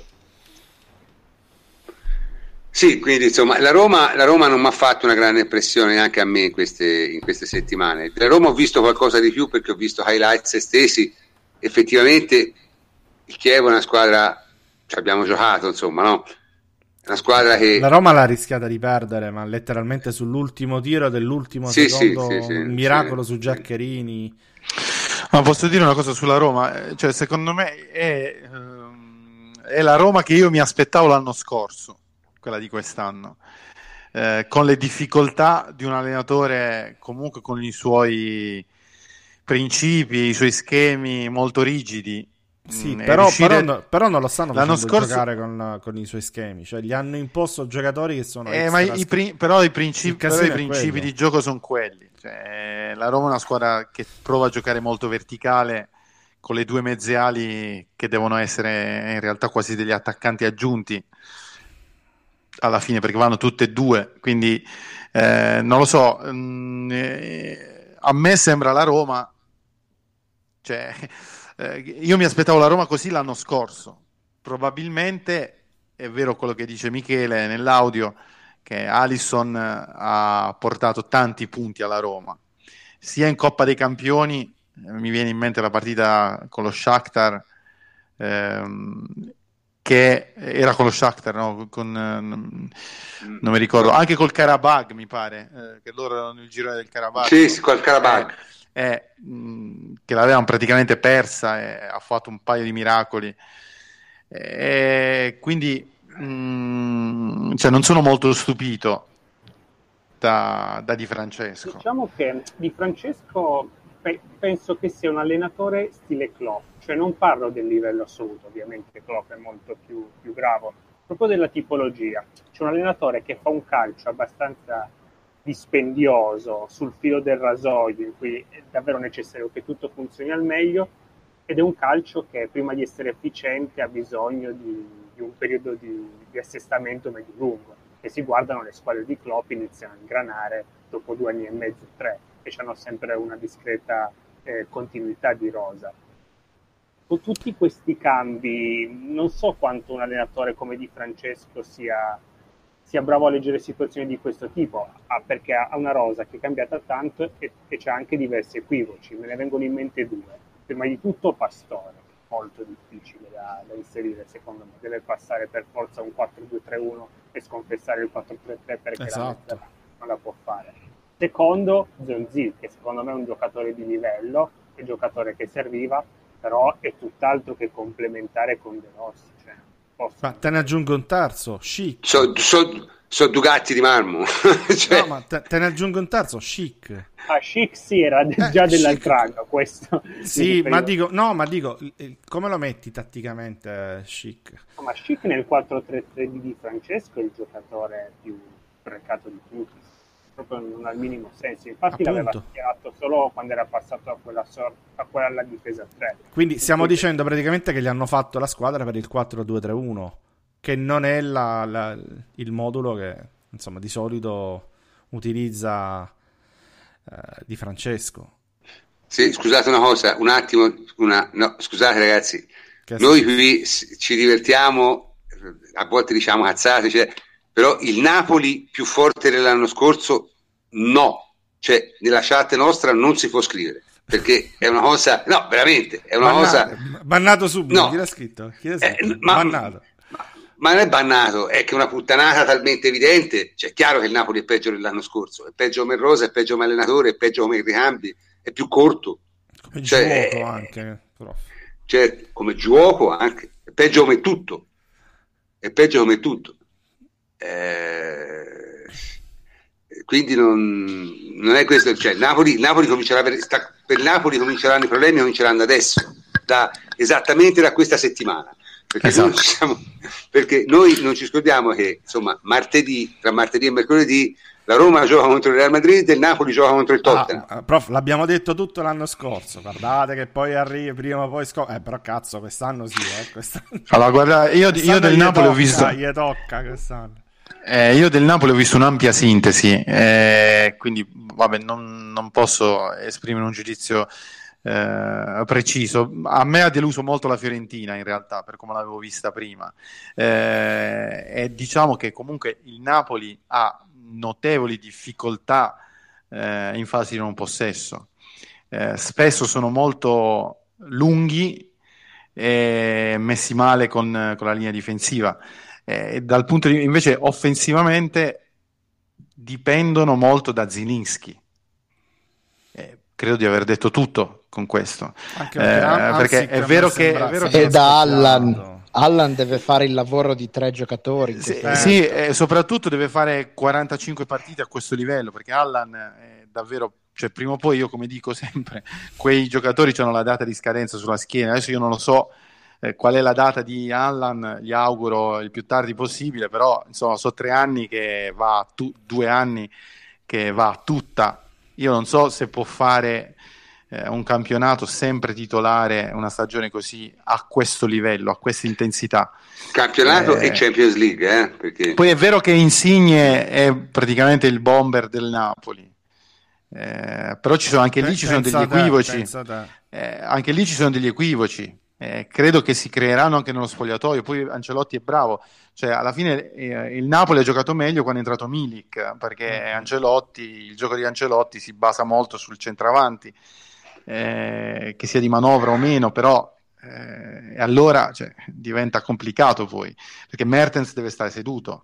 Sì, quindi insomma la Roma non mi ha fatto una grande impressione neanche a me in queste settimane. La Roma ho visto qualcosa di più perché ho visto highlights estesi. Effettivamente il Chievo è una squadra, ci abbiamo giocato, insomma, no? Una squadra che la Roma l'ha rischiata di perdere, ma letteralmente sull'ultimo tiro dell'ultimo secondo, un miracolo su Giaccherini. Ma posso dire una cosa sulla Roma? Cioè, secondo me è la Roma che io mi aspettavo l'anno scorso, quella di quest'anno, con le difficoltà di un allenatore comunque con i suoi principi, i suoi schemi molto rigidi. Sì, però non lo stanno facendo giocare con i suoi schemi, cioè gli hanno imposto giocatori che sono però i principi di gioco sono quelli. Cioè, la Roma è una squadra che prova a giocare molto verticale, con le due mezze ali che devono essere in realtà quasi degli attaccanti aggiunti alla fine, perché vanno tutte e due, quindi non lo so, a me sembra la Roma, cioè io mi aspettavo la Roma così l'anno scorso. Probabilmente è vero quello che dice Michele nell'audio, che Alisson ha portato tanti punti alla Roma, sia in Coppa dei Campioni, mi viene in mente la partita con lo Shakhtar, che che era con lo Shakhtar, no? Non mi ricordo, anche col Karabakh mi pare, che loro erano nel girone del Karabakh. Sì, col Karabakh. Che l'avevano praticamente persa e ha fatto un paio di miracoli. Quindi cioè non sono molto stupito da Di Francesco. Diciamo che Di Francesco penso che sia un allenatore stile Klopp, cioè non parlo del livello assoluto, ovviamente Klopp è molto più bravo, proprio della tipologia. C'è un allenatore che fa un calcio abbastanza dispendioso, sul filo del rasoio, in cui è davvero necessario che tutto funzioni al meglio, ed è un calcio che prima di essere efficiente ha bisogno di un periodo di assestamento medio-lungo, e si guardano le squadre di Klopp, iniziano a ingranare dopo 2 anni e mezzo, 3, e hanno sempre una discreta continuità di rosa. Con tutti questi cambi, non so quanto un allenatore come Di Francesco sia bravo a leggere situazioni di questo tipo, perché ha una rosa che è cambiata tanto e c'ha anche diversi equivoci. Me ne vengono in mente 2. Prima di tutto Pastore, molto difficile da inserire, secondo me. Deve passare per forza un 4-2-3-1 e sconfessare il 4-3-3, perché esatto, non la può fare. Secondo, Zonzi, che secondo me è un giocatore di livello, è un giocatore che serviva, però è tutt'altro che complementare con De Rossi. Ma te ne aggiungo un terzo, Chic. So due gatti di marmo. Cioè... No, ma te ne aggiungo un terzo, Chic. Chic sì, era già dell'altro anno questo. Sì, ma dico, come lo metti tatticamente Chic? No, ma Chic nel 4-3-3 di Francesco è il giocatore più precato di tutti. Proprio non ha il minimo senso. Infatti l'aveva schierato solo quando era passato a quella alla difesa 3. Quindi stiamo dicendo praticamente che gli hanno fatto la squadra per il 4-2-3-1, che non è il modulo che insomma di solito utilizza Di Francesco. Sì, scusate una cosa, un attimo, scusate ragazzi, noi qui ci divertiamo, a volte diciamo cazzate, cioè, però il Napoli più forte dell'anno scorso no, cioè nella chat nostra non si può scrivere, perché è una cosa, no, veramente, è una cosa... Bannato subito, no. Chi l'ha scritto? Bannato. Ma non è bannato, è che una puttanata talmente evidente, cioè è chiaro che il Napoli è peggio dell'anno scorso, è peggio come rosa, è peggio come allenatore, è peggio come ricambi, è più corto. Come gioco anche, prof. Cioè, come gioco anche, è peggio come tutto. È peggio come tutto. Quindi non è questo, cioè Napoli comincerà per Napoli cominceranno i problemi, cominceranno adesso, esattamente da questa settimana. Perché, esatto. Perché noi non ci scordiamo che insomma tra martedì e mercoledì la Roma gioca contro il Real Madrid e il Napoli gioca contro il Tottenham. Prof, l'abbiamo detto tutto l'anno scorso, guardate che poi arriva prima o poi però cazzo quest'anno sì, quest'anno. Allora guarda, io del Napoli ho visto, gli tocca quest'anno. Io del Napoli ho visto un'ampia sintesi, quindi vabbè non posso esprimere un giudizio preciso. A me ha deluso molto la Fiorentina in realtà, per come l'avevo vista prima, e diciamo che comunque il Napoli ha notevoli difficoltà in fase di non possesso, spesso sono molto lunghi e messi male con la linea difensiva, dal punto di invece offensivamente dipendono molto da Zilinski. Credo di aver detto tutto con questo, perché è vero che è da Allan deve fare il lavoro di 3 giocatori. Sì, soprattutto deve fare 45 partite a questo livello, perché Allan è davvero, cioè prima o poi, io come dico sempre, quei giocatori hanno la data di scadenza sulla schiena. Adesso io non lo so qual è la data di Allan, gli auguro il più tardi possibile, però insomma sono 3 anni che va 2 anni che va tutta. Io non so se può fare un campionato sempre titolare, una stagione così a questo livello, a questa intensità. Campionato e Champions League, perché... Poi è vero che Insigne è praticamente il bomber del Napoli, però ci sono anche lì ci sono degli equivoci. Anche lì ci sono degli equivoci. Credo che si creeranno anche nello spogliatoio. Poi Ancelotti è bravo, cioè alla fine il Napoli ha giocato meglio quando è entrato Milik, perché il gioco di Ancelotti si basa molto sul centravanti, che sia di manovra o meno, però E allora diventa complicato poi, perché Mertens deve stare seduto.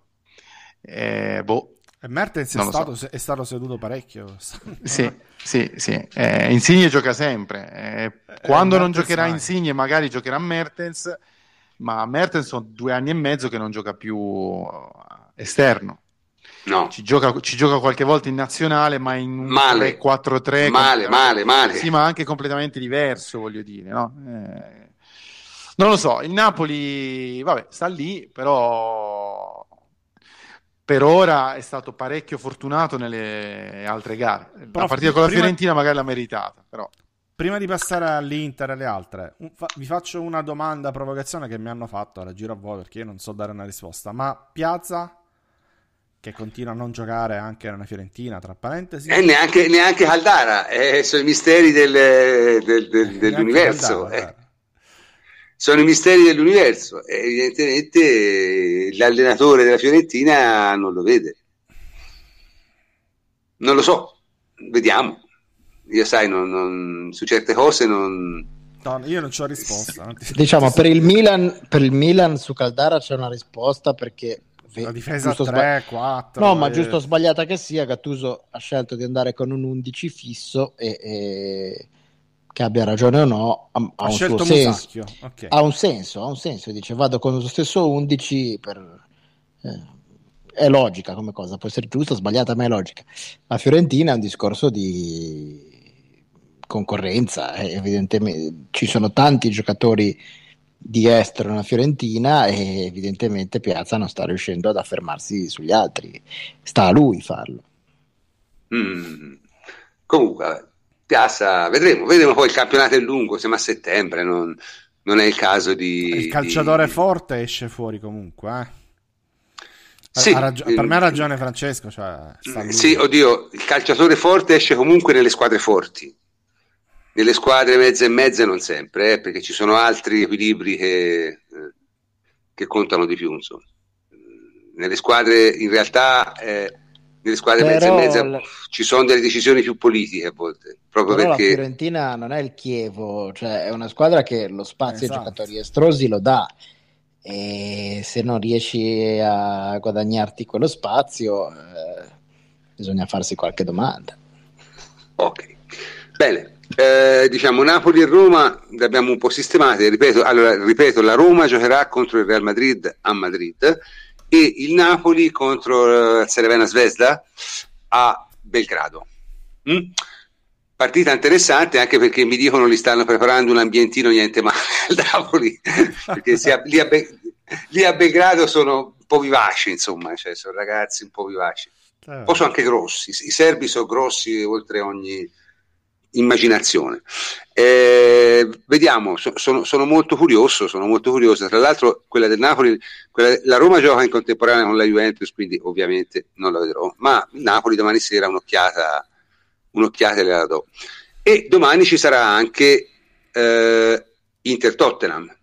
Mertens è stato seduto parecchio. Sì. Insigne gioca sempre. Quando non giocherà Insigne, magari giocherà Mertens, ma Mertens sono 2 anni e mezzo che non gioca più esterno. No. Ci gioca qualche volta in nazionale, ma in un 3-4-3 male. Sì, ma anche completamente diverso, voglio dire, no? Non lo so, il Napoli sta lì, però per ora è stato parecchio fortunato nelle altre gare. La partita con la Fiorentina magari l'ha meritata, però. Prima di passare all'Inter e alle altre, vi faccio una domanda, provocazione che mi hanno fatto, ora giro a voi perché io non so dare una risposta, ma Piazza, che continua a non giocare anche nella Fiorentina, tra parentesi. Neanche Caldara, sono i misteri dell'universo. Sono i misteri dell'universo. Evidentemente l'allenatore della Fiorentina non lo vede. Non lo so, vediamo. Io su certe cose non... No, io non c'ho risposta. Diciamo, per il Milan su Caldara c'è una risposta, perché la difesa 3-4. No, ma giusto o sbagliata che sia, Gattuso ha scelto di andare con un 11 fisso e che abbia ragione o no, ha un suo senso. Okay. Ha un senso, dice vado con lo stesso 11 è logica come cosa, può essere giusta o sbagliata, ma è logica. La Fiorentina è un discorso di concorrenza, evidentemente ci sono tanti giocatori di estero nella Fiorentina e evidentemente Piazza non sta riuscendo ad affermarsi sugli altri, sta a lui farlo. Comunque Piazza, vedremo poi, il campionato è lungo, siamo a settembre, non è il caso di... Il calciatore forte esce fuori comunque, Sì, per me ha ragione Francesco, sì, oddio, il calciatore forte esce comunque nelle squadre forti, nelle squadre mezze e mezze non sempre, perché ci sono altri equilibri che contano di più, insomma. Nelle squadre in realtà nelle squadre mezze e mezze ci sono delle decisioni più politiche a volte, proprio però perché la Fiorentina non è il Chievo, è una squadra che lo spazio ai giocatori estrosi lo dà, e se non riesci a guadagnarti quello spazio bisogna farsi qualche domanda. Ok, bene. Diciamo Napoli e Roma le abbiamo un po' sistemate. Ripeto, la Roma giocherà contro il Real Madrid a Madrid e il Napoli contro Crvena Zvezda a Belgrado. Partita interessante, anche perché mi dicono li stanno preparando un ambientino niente male al Napoli, perché lì a Belgrado sono un po' vivaci, insomma, sono ragazzi un po' vivaci, poi sono anche grossi, i serbi sono grossi oltre ogni immaginazione. Vediamo, sono molto curioso. Tra l'altro quella del Napoli, la Roma gioca in contemporanea con la Juventus, quindi ovviamente non la vedrò, ma il Napoli domani sera un'occhiata gliela do. E domani ci sarà anche Inter-Tottenham.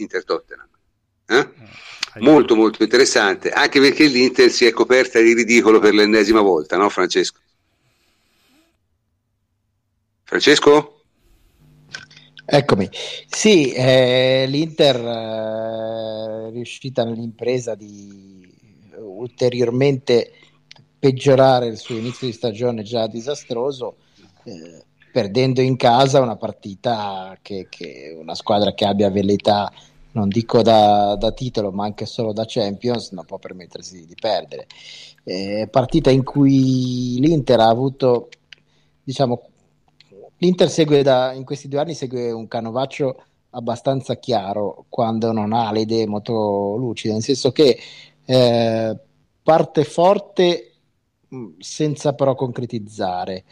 Molto molto interessante, anche perché l'Inter si è coperta di ridicolo per l'ennesima volta, no Francesco? Eccomi. Sì, l'Inter è riuscita nell'impresa di ulteriormente peggiorare il suo inizio di stagione già disastroso, perdendo in casa una partita che una squadra che abbia velleità, non dico da titolo, ma anche solo da Champions, non può permettersi di perdere. Partita in cui l'Inter ha avuto, diciamo, l'Inter in questi 2 anni segue un canovaccio abbastanza chiaro quando non ha le idee molto lucide, nel senso che parte forte senza però concretizzare,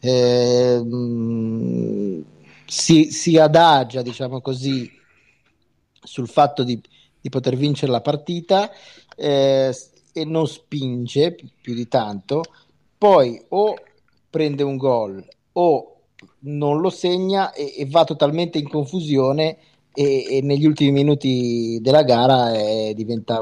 si adagia, diciamo così, sul fatto di poter vincere la partita e non spinge più di tanto, poi o prende un gol o non lo segna e va totalmente in confusione e negli ultimi minuti della gara diventa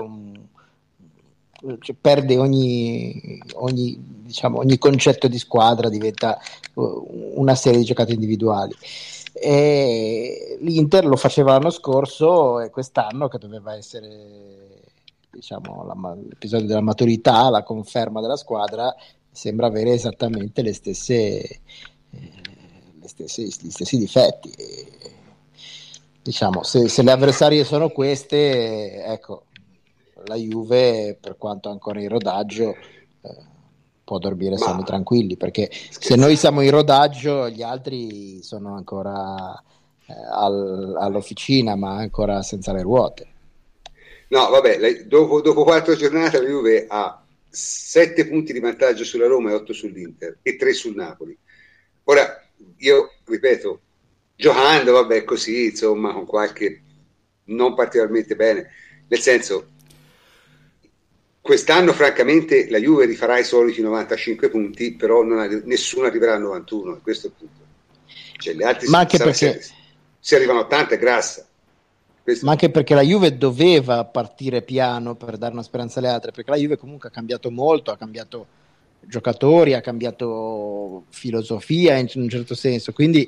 perde ogni concetto di squadra, diventa una serie di giocate individuali. E l'Inter lo faceva l'anno scorso e quest'anno, che doveva essere, diciamo, l'episodio della maturità, la conferma della squadra, sembra avere esattamente gli stessi difetti. Diciamo, se le avversarie sono queste, ecco, la Juve, per quanto ancora in rodaggio, può dormire sonni tranquilli, perché se noi siamo in rodaggio, gli altri sono ancora all'officina, ma ancora senza le ruote. No, vabbè, dopo 4 giornate la Juve ha 7 punti di vantaggio sulla Roma e 8 sull'Inter e 3 sul Napoli. Ora, io ripeto, giocando, vabbè, così, insomma, con qualche non particolarmente bene, nel senso, quest'anno francamente la Juve rifarà i soliti 95 punti, però nessuno arriverà a 91, questo è il punto. Cioè, gli altri, ma anche perché se arrivano a 80 è grassa. Ma anche perché la Juve doveva partire piano per dare una speranza alle altre, perché la Juve comunque ha cambiato molto, ha cambiato giocatori, ha cambiato filosofia in un certo senso, quindi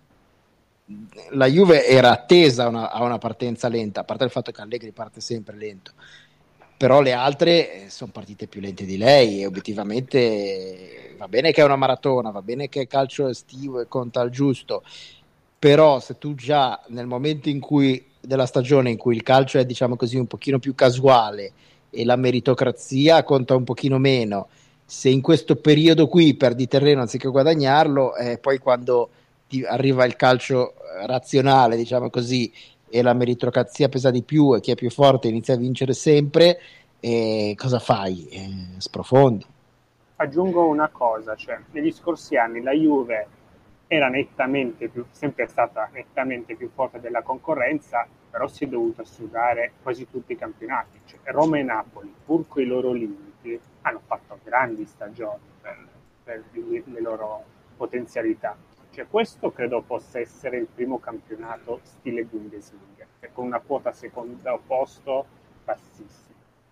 la Juve era attesa a una partenza lenta, a parte il fatto che Allegri parte sempre lento, però le altre sono partite più lente di lei, e obiettivamente va bene che è una maratona, va bene che è calcio estivo e conta al giusto, però se tu già nel momento della stagione in cui il calcio è, diciamo così, un pochino più casuale e la meritocrazia conta un pochino meno, se in questo periodo qui perdi terreno anziché guadagnarlo, poi quando ti arriva il calcio razionale, diciamo così, e la meritocrazia pesa di più e chi è più forte inizia a vincere sempre, cosa fai? Sprofondi. Aggiungo una cosa, cioè negli scorsi anni la Juve era sempre stata nettamente più forte della concorrenza, però si è dovuta sudare quasi tutti i campionati. Cioè, Roma e Napoli, pur con i loro limiti, hanno fatto grandi stagioni per le loro potenzialità. Cioè, questo credo possa essere il primo campionato stile Bundesliga, con una quota secondo posto bassissima.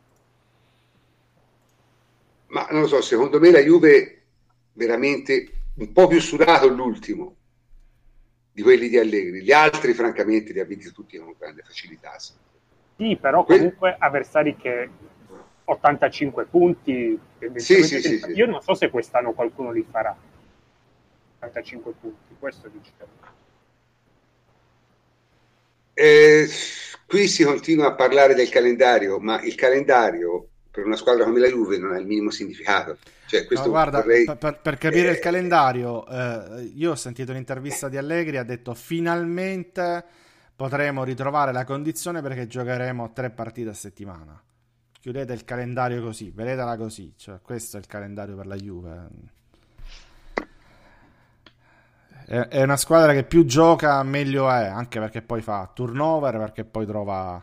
Ma non lo so, secondo me la Juve veramente un po' più sudato l'ultimo di quelli di Allegri, gli altri francamente li ha vinti tutti con grande facilità. Sì, però comunque avversari che 85 punti, sì. Io non so se quest'anno qualcuno li farà 85 punti, questo dicevo. Qui si continua a parlare del calendario, ma il calendario per una squadra come la Juve non ha il minimo significato. Cioè, questo no, guarda, per capire il calendario, io ho sentito un'intervista di Allegri, ha detto finalmente potremo ritrovare la condizione perché giocheremo 3 partite a settimana. Chiudete il calendario così, vedetela così, cioè, questo è il calendario per la Juve. È una squadra che più gioca meglio è, anche perché poi fa turnover, perché poi trova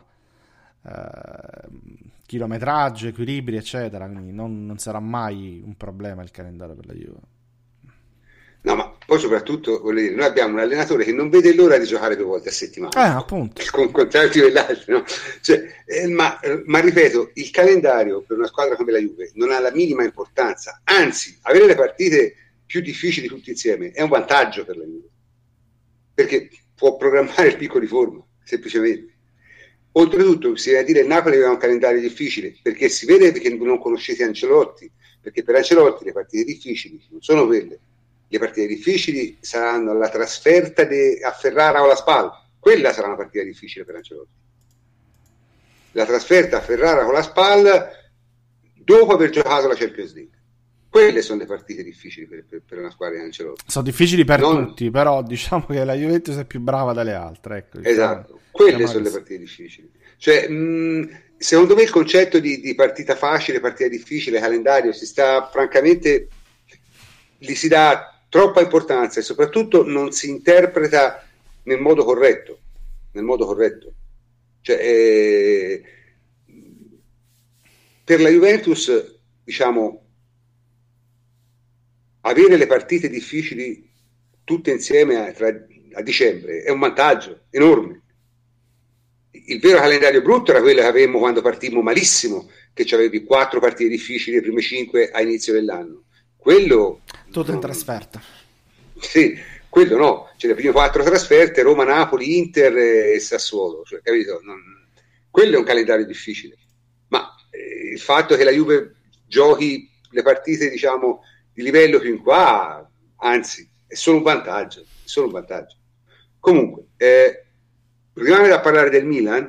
chilometraggio, equilibri eccetera, quindi non sarà mai un problema il calendario per la Juve. No, ma poi soprattutto, voglio dire, noi abbiamo un allenatore che non vede l'ora di giocare 2 volte a settimana, appunto, con contratti dell'altro, no? Cioè, ma ripeto, il calendario per una squadra come la Juve non ha la minima importanza, anzi, avere le partite più difficili tutti insieme è un vantaggio per la Juve, perché può programmare il picco di forma, semplicemente. Oltretutto, si deve dire, il Napoli aveva un calendario difficile, perché si vede che non conoscete Ancelotti, perché per Ancelotti le partite difficili non sono quelle. Le partite difficili saranno la trasferta a Ferrara o la Spal. Quella sarà una partita difficile per Ancelotti. La trasferta a Ferrara con la Spal dopo aver giocato la Champions League. Quelle sono le partite difficili per una squadra di Ancelotti. Sono difficili per tutti, però diciamo che la Juventus è più brava dalle altre. Ecco, diciamo, esatto, quelle sono le partite difficili. Cioè, secondo me il concetto di partita facile, partita difficile, calendario, francamente, gli si dà troppa importanza e soprattutto non si interpreta nel modo corretto. Cioè, per la Juventus, diciamo, avere le partite difficili tutte insieme a dicembre è un vantaggio enorme. Il vero calendario brutto era quello che avevamo quando partimmo malissimo, che avevi 4 partite difficili, le prime 5 a inizio dell'anno. Quello tutto in trasferta. Sì, quello no, cioè le prime 4 trasferte, Roma, Napoli, Inter e Sassuolo, cioè, capito? Quello è un calendario difficile, ma il fatto che la Juve giochi le partite, diciamo, di livello più in qua, anzi, è solo un vantaggio, Comunque, rimane da parlare del Milan.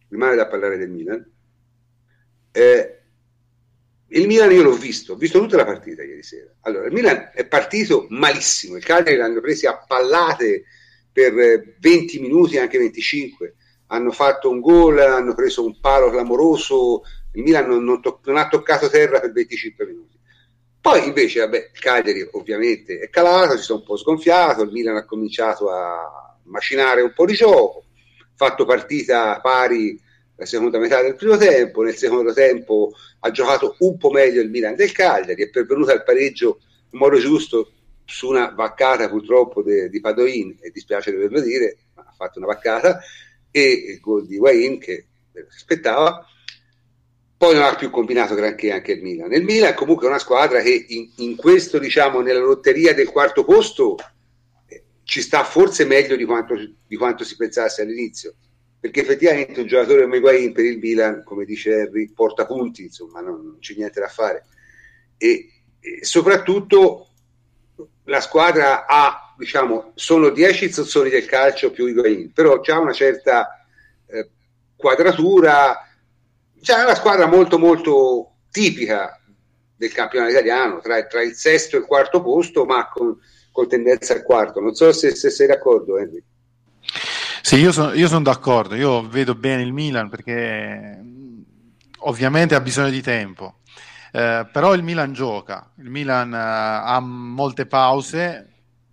Il Milan io l'ho visto, ho visto tutta la partita ieri sera. Allora, il Milan è partito malissimo, il Cagliari l'hanno presi a pallate per 20 minuti, anche 25, hanno fatto un gol, hanno preso un palo clamoroso, il Milan non ha toccato terra per 25 minuti. Poi invece, vabbè, il Cagliari ovviamente è calato, si sono un po' sgonfiato, il Milan ha cominciato a macinare un po' di gioco, fatto partita pari la seconda metà del primo tempo, nel secondo tempo ha giocato un po' meglio il Milan del Cagliari, è pervenuto al pareggio in modo giusto su una vaccata purtroppo di Padoin, e dispiace doverlo dire, ma ha fatto una vaccata, e il gol di Higuaín che aspettava. Poi non ha più combinato granché anche il Milan. Il Milan comunque è una squadra che in questo, diciamo, nella lotteria del quarto posto ci sta forse meglio di quanto si pensasse all'inizio, perché effettivamente un giocatore come Higuaín per il Milan, come dice Henry, porta punti, insomma non c'è niente da fare, e soprattutto la squadra ha, diciamo, sono 10 zozzoni del calcio più Higuaín, però c'ha una certa quadratura, c'è una squadra molto molto tipica del campionato italiano, tra il sesto e il quarto posto, ma con tendenza al quarto. Non so se sei d'accordo, Henry. Sì, io sono d'accordo, io vedo bene il Milan perché ovviamente ha bisogno di tempo, però il Milan gioca, il Milan ha molte pause,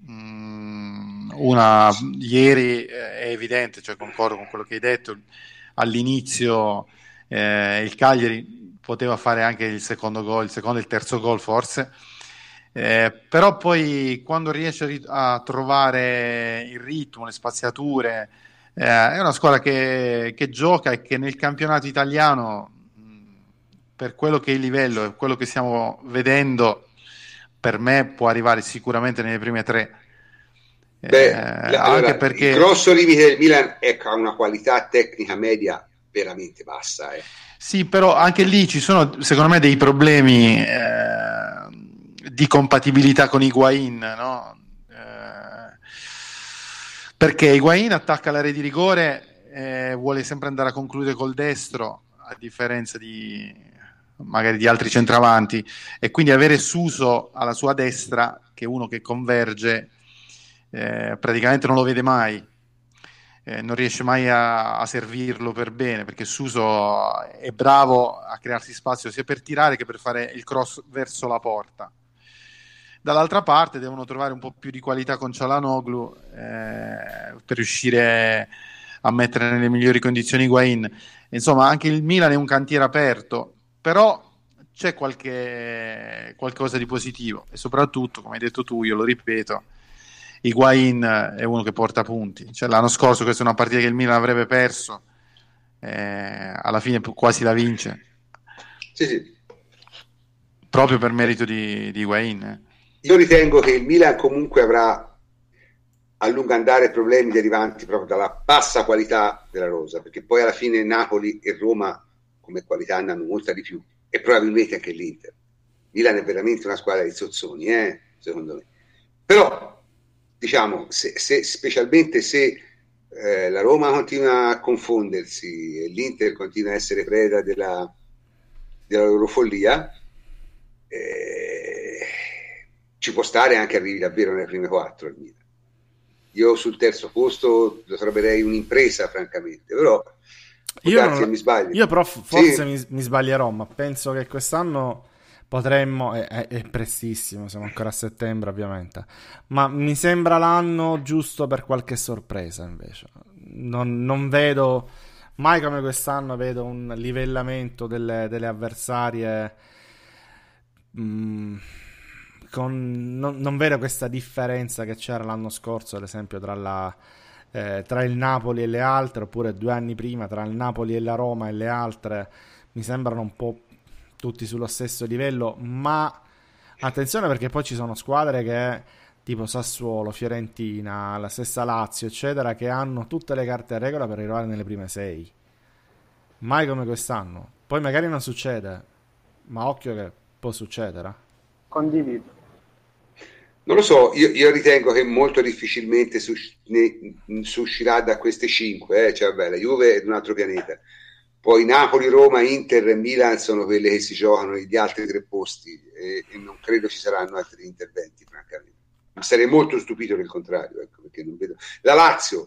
una ieri è evidente, cioè concordo con quello che hai detto, all'inizio il Cagliari poteva fare anche il secondo gol, il secondo e il terzo gol forse, però poi quando riesce a trovare il ritmo, le spaziature, è una squadra che gioca e che nel campionato italiano, per quello che è il livello e quello che stiamo vedendo, per me può arrivare sicuramente nelle prime 3. Anche perché il grosso limite del Milan è che ha una qualità tecnica media veramente bassa. Sì, però anche lì ci sono secondo me dei problemi di compatibilità con Higuaín, no? Perché Higuaín attacca l'area di rigore, vuole sempre andare a concludere col destro, a differenza magari di altri centravanti, e quindi avere Suso alla sua destra, che è uno che converge, praticamente non lo vede mai. Non riesce mai a servirlo per bene, perché Suso è bravo a crearsi spazio sia per tirare che per fare il cross verso la porta. Dall'altra parte devono trovare un po' più di qualità con Çalhanoğlu per riuscire a mettere nelle migliori condizioni Higuaín. Insomma, anche il Milan è un cantiere aperto, però c'è qualcosa di positivo, e soprattutto, come hai detto tu, io lo ripeto, Higuaín è uno che porta punti. Cioè, l'anno scorso questa è una partita che il Milan avrebbe perso, alla fine quasi la vince. Sì. Proprio per merito di Higuaín. Io ritengo che il Milan comunque avrà a lungo andare problemi derivanti proprio dalla bassa qualità della rosa, perché poi alla fine Napoli e Roma come qualità ne hanno molta di più, e probabilmente anche l'Inter. Milan è veramente una squadra di zozzoni, secondo me. Però diciamo, specialmente se la Roma continua a confondersi e l'Inter continua a essere preda della loro follia, ci può stare anche arrivi davvero nelle prime 4 il Milan. Io sul terzo posto lo troverei un'impresa, francamente, però mi sbaglio. Io però forse mi sbaglierò, ma penso che quest'anno potremmo, è prestissimo, siamo ancora a settembre ovviamente, ma mi sembra l'anno giusto per qualche sorpresa invece. Non vedo mai come quest'anno, vedo un livellamento delle avversarie, non vedo questa differenza che c'era l'anno scorso, ad esempio tra il Napoli e le altre, oppure 2 anni prima tra il Napoli e la Roma e le altre. Mi sembrano un po' tutti sullo stesso livello, ma attenzione, perché poi ci sono squadre che tipo Sassuolo, Fiorentina, la stessa Lazio, eccetera, che hanno tutte le carte a regola per arrivare nelle prime 6. Mai come quest'anno. Poi magari non succede, ma occhio che può succedere. Condivido. Non lo so, io ritengo che molto difficilmente uscirà da queste 5, cioè, vabbè, la Juve è di un altro pianeta. Poi Napoli, Roma, Inter e Milan sono quelle che si giocano gli altri 3 posti e non credo ci saranno altri interventi, francamente. Sarei molto stupito del contrario, ecco, perché non vedo. La Lazio,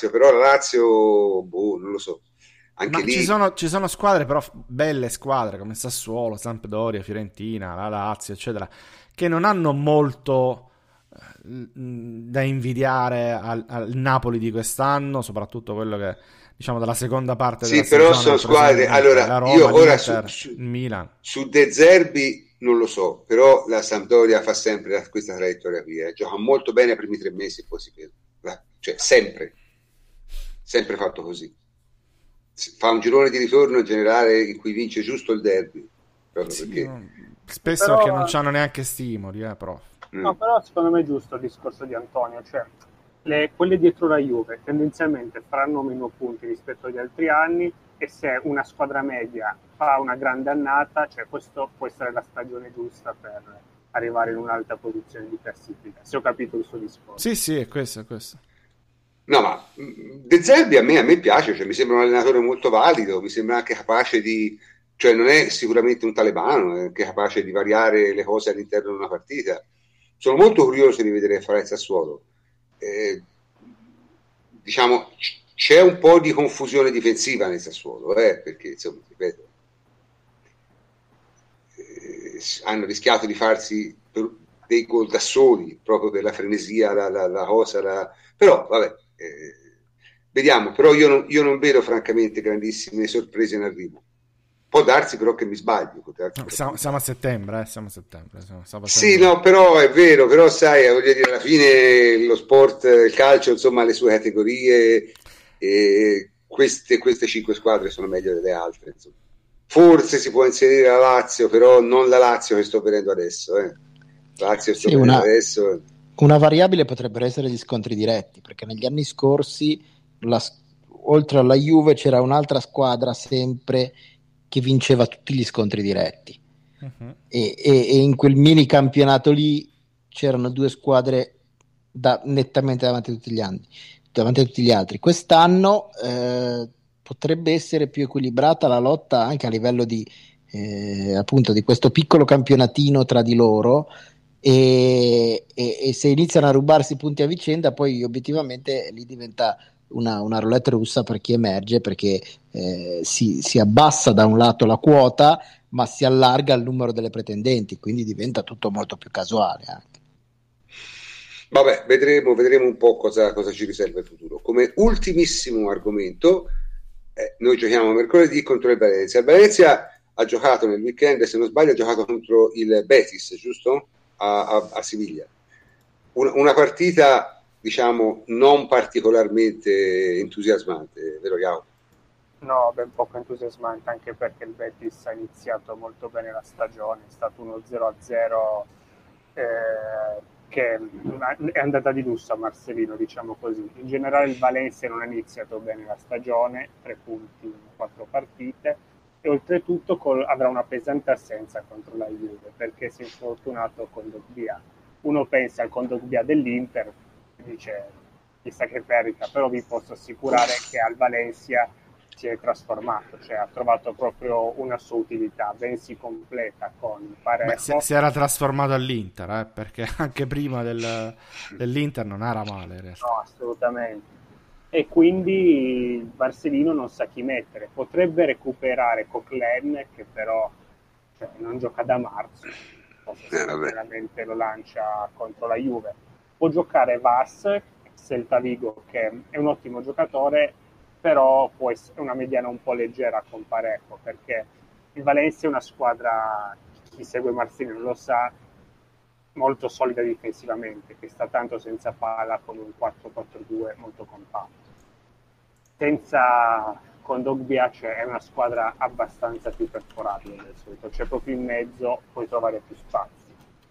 boh, non lo so. Anche Ma lì ci sono squadre, però belle squadre come Sassuolo, Sampdoria, Fiorentina, la Lazio, eccetera, che non hanno molto da invidiare al Napoli di quest'anno, soprattutto quello che diciamo dalla seconda parte della sì, però stagione. sono squadre. Allora, la Roma, io ora il Milan. Su De Zerbi non lo so, però la Sampdoria fa sempre questa traiettoria qui, gioca molto bene ai primi 3 mesi e poi si perde, cioè sempre fatto così. Fa un girone di ritorno in generale in cui vince giusto il derby, proprio sì, perché spesso però, perché non hanno neanche stimoli, però. No, però secondo me è giusto il discorso di Antonio, cioè quelle dietro la Juve tendenzialmente faranno meno punti rispetto agli altri anni, e se una squadra media fa una grande annata, cioè questo può essere la stagione giusta per arrivare in un'alta posizione di classifica, se ho capito il suo discorso. Sì, è questo. No, ma De Zerbi a me piace, cioè, mi sembra un allenatore molto valido, mi sembra anche capace di, cioè non è sicuramente un talebano, è anche capace di variare le cose all'interno di una partita. Sono molto curioso di vedere fare il Sassuolo. Diciamo, c'è un po' di confusione difensiva nel Sassuolo, perché insomma, ripeto, hanno rischiato di farsi dei gol da soli proprio per la frenesia, la cosa, però vabbè, vediamo. Però io non vedo francamente grandissime sorprese in arrivo. Può darsi però che mi sbaglio. Siamo a settembre, sì, no, però è vero, però sai, voglio dire, alla fine lo sport, il calcio, insomma, ha le sue categorie, e queste 5 squadre sono meglio delle altre, insomma. Forse si può inserire la Lazio, però non la Lazio che sto vedendo adesso, Lazio sto vedendo adesso. Una variabile potrebbero essere gli scontri diretti, perché negli anni scorsi oltre alla Juve c'era un'altra squadra sempre che vinceva tutti gli scontri diretti, e in quel mini campionato lì c'erano 2 squadre nettamente davanti a tutti gli altri. Quest'anno potrebbe essere più equilibrata la lotta anche a livello di appunto di questo piccolo campionatino tra di loro, e se iniziano a rubarsi punti a vicenda, poi obiettivamente lì diventa una roulette russa per chi emerge, perché si abbassa da un lato la quota, ma si allarga il numero delle pretendenti, quindi diventa tutto molto più casuale anche. Vabbè, vedremo un po' cosa ci riserva il futuro. Come ultimissimo argomento, noi giochiamo mercoledì contro il Valencia. Il Valencia ha giocato nel weekend, se non sbaglio, ha giocato contro il Betis, giusto? A Siviglia. Una partita, diciamo, non particolarmente entusiasmante, vero Iago? No, ben poco entusiasmante, anche perché il Betis ha iniziato molto bene la stagione, è stato uno 0-0 che è andata di lusso a Marcelino, diciamo così. In generale il Valencia non ha iniziato bene la stagione, 3 punti in 4 partite, e oltretutto avrà una pesante assenza contro la Juve, perché si è infortunato Kondogbia. Uno pensa al Kondogbia dell'Inter, dice chissà che perica, però vi posso assicurare che al Valencia si è trasformato, cioè ha trovato proprio una sua utilità, ben si completa con Parejo. Si era trasformato all'Inter, perché anche prima dell'Inter non era male in realtà. No, assolutamente. E quindi il Marcelino non sa chi mettere. Potrebbe recuperare Coquelin, che però non gioca da marzo, veramente lo lancia contro la Juve. Può giocare Vas, Celta Vigo, che è un ottimo giocatore, però può essere una mediana un po' leggera con Parejo, perché il Valencia è una squadra, chi segue Marcelino lo sa, molto solida difensivamente, che sta tanto senza palla con un 4-4-2 molto compatto. Senza Kondogbia è una squadra abbastanza più perforabile del solito, cioè proprio in mezzo puoi trovare più spazi.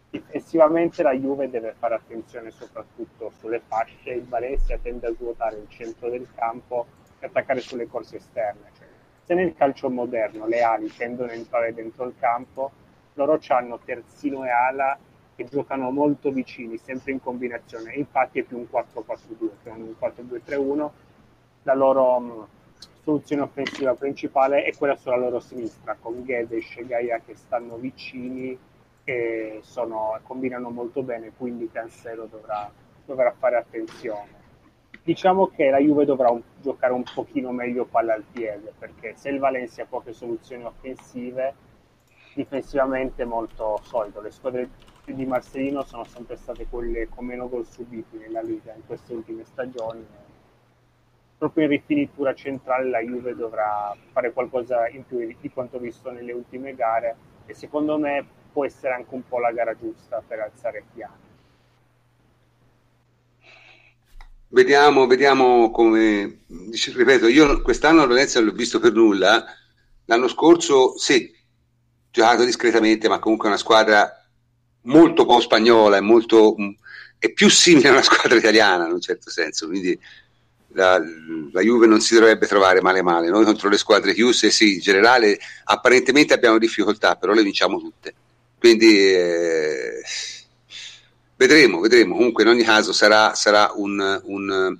Difensivamente la Juve deve fare attenzione soprattutto sulle fasce. Il Valencia tende a svuotare il centro del campo e attaccare sulle corse esterne. Cioè, se nel calcio moderno le ali tendono a entrare dentro il campo, loro hanno terzino e ala che giocano molto vicini, sempre in combinazione. Infatti è più un 4-4-2 che un 4-2-3-1. La loro soluzione offensiva principale è quella sulla loro sinistra, con Guedes e Gaia che stanno vicini e combinano molto bene, quindi Cancelo dovrà fare attenzione. Diciamo che la Juve dovrà giocare un pochino meglio palla al piede, perché se il Valencia ha poche soluzioni offensive, difensivamente è molto solido. Le squadre di Marcelino sono sempre state quelle con meno gol subiti nella Liga in queste ultime stagioni. Proprio in rifinitura centrale la Juve dovrà fare qualcosa in più di quanto visto nelle ultime gare, e secondo me può essere anche un po' la gara giusta per alzare il piano. Vediamo come, ripeto, io quest'anno Valencia non l'ho visto per nulla. L'anno scorso sì, giocato discretamente, ma comunque è una squadra molto po' spagnola, è più simile a una squadra italiana in un certo senso, quindi la Juve non si dovrebbe trovare male. Noi contro le squadre chiuse sì, in generale apparentemente abbiamo difficoltà, però le vinciamo tutte, quindi vedremo. Comunque in ogni caso sarà un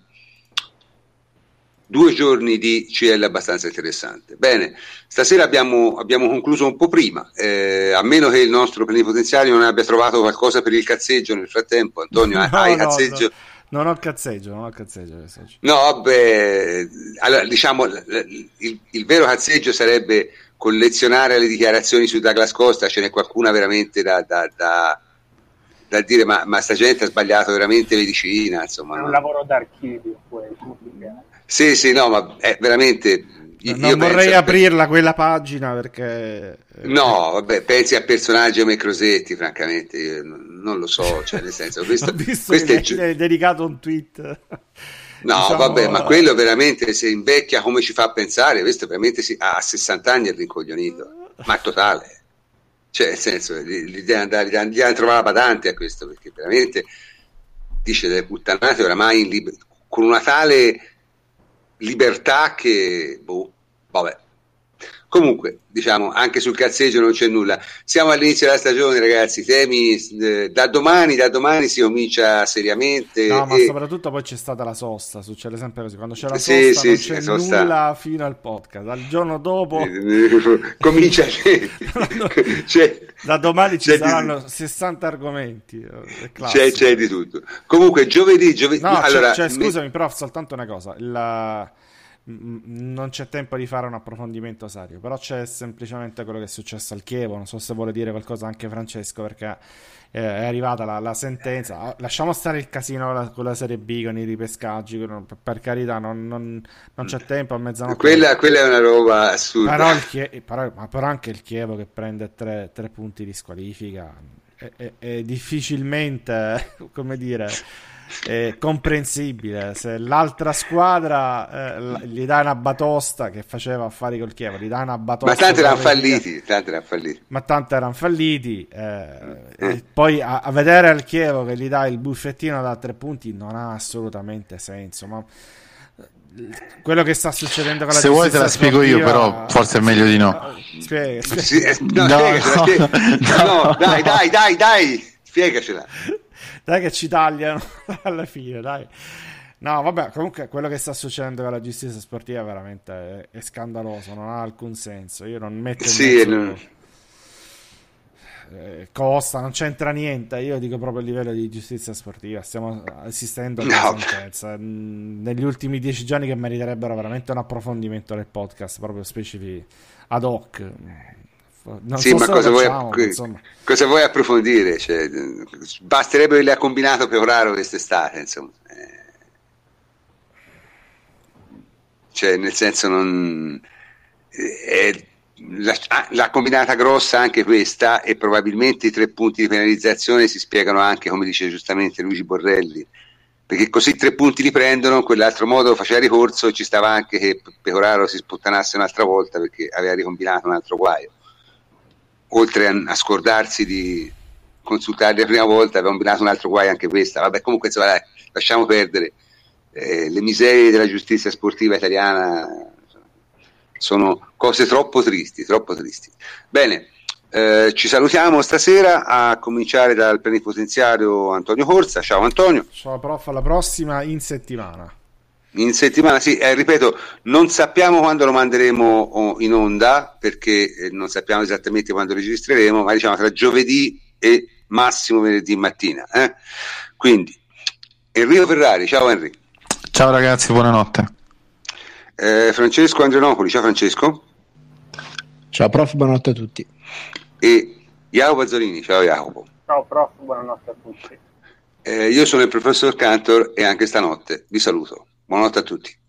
2 giorni di CL abbastanza interessante. Bene, stasera abbiamo concluso un po' prima, a meno che il nostro plenipotenziario non abbia trovato qualcosa per il cazzeggio nel frattempo. Antonio, hai cazzeggio? No. Non ho cazzeggio. No, vabbè, allora, diciamo, il vero cazzeggio sarebbe collezionare le dichiarazioni su Douglas Costa. Ce n'è qualcuna veramente da dire, ma sta gente ha sbagliato veramente medicina, insomma. È un lavoro d'archivio quello. Sì, no, ma è veramente... Non vorrei aprirla quella pagina perché... No, vabbè, pensi a personaggi come Crosetti, francamente, io non lo so, cioè nel senso... Questo che hai dedicato un tweet... No, diciamo... vabbè, ma quello veramente, se invecchia come ci fa pensare, questo veramente a 60 anni è rincoglionito, ma totale. Cioè, nel senso, l'idea di andare a trovare la badante a questo, perché veramente dice delle puttanate oramai con una tale libertà che vabbè. Comunque, diciamo, anche sul cazzeggio non c'è nulla. Siamo all'inizio della stagione, ragazzi, temi da domani si comincia seriamente. No, ma soprattutto poi c'è stata la sosta, succede sempre così, quando c'è la sosta non c'è nulla fino al podcast, al giorno dopo comincia da domani ci saranno 60 argomenti, c'è di tutto. Comunque giovedì no, allora, scusami, prof, soltanto una cosa, non c'è tempo di fare un approfondimento serio, però c'è semplicemente quello che è successo al Chievo. Non so se vuole dire qualcosa anche Francesco, perché è arrivata la sentenza. Lasciamo stare il casino con la Serie B, con i ripescaggi, per carità, non c'è tempo a mezzanotte. Quella è una roba assurda, però anche il Chievo che prende 3 punti di squalifica è difficilmente, come dire, è comprensibile. Se l'altra squadra gli dà una batosta, che faceva affari col Chievo, gli dà una batosta, ma tanti erano falliti, poi a vedere al Chievo che gli dà il buffettino da 3 punti non ha assolutamente senso. Ma quello che sta succedendo con la giustizia, se vuoi te la spiego io, però forse è meglio di no. Dai, spiegacela. Dai che ci tagliano alla fine, dai. No, vabbè, comunque quello che sta succedendo con la giustizia sportiva veramente è scandaloso, non ha alcun senso. Io non metto Costa, non c'entra niente. Io dico proprio a livello di giustizia sportiva stiamo assistendo a una sentenza negli ultimi 10 giorni che meriterebbero veramente un approfondimento del podcast proprio specifici ad hoc. Ma cosa vuoi approfondire? Cioè, basterebbe che le ha combinato Pecoraro quest'estate, insomma. Cioè, nel senso, l'ha combinata grossa anche questa, e probabilmente i 3 punti di penalizzazione si spiegano anche, come dice giustamente Luigi Borrelli, perché così 3 punti li prendono, quell'altro modo faceva ricorso e ci stava anche che Pecoraro si sputtanasse un'altra volta perché aveva ricombinato un altro guaio, oltre a scordarsi di consultarli la prima volta, abbiamo combinato un altro guai anche questa. Vabbè, comunque insomma, dai, lasciamo perdere. Le miserie della giustizia sportiva italiana sono cose troppo tristi, troppo tristi. Bene, ci salutiamo stasera, a cominciare dal plenipotenziario Antonio Corsa. Ciao Antonio. Ciao prof, alla prossima in settimana. In settimana, sì, ripeto, non sappiamo quando lo manderemo in onda, perché non sappiamo esattamente quando registreremo, ma diciamo tra giovedì e massimo venerdì mattina. Quindi, Enrico Ferrari, ciao Henry. Ciao ragazzi, buonanotte. Francesco Andrianopoli, ciao Francesco. Ciao prof, buonanotte a tutti. E Jacopo Azzolini, ciao Jacopo. Ciao prof, buonanotte a tutti. Io sono il professor Cantor e anche stanotte vi saluto. Buonanotte a tutti.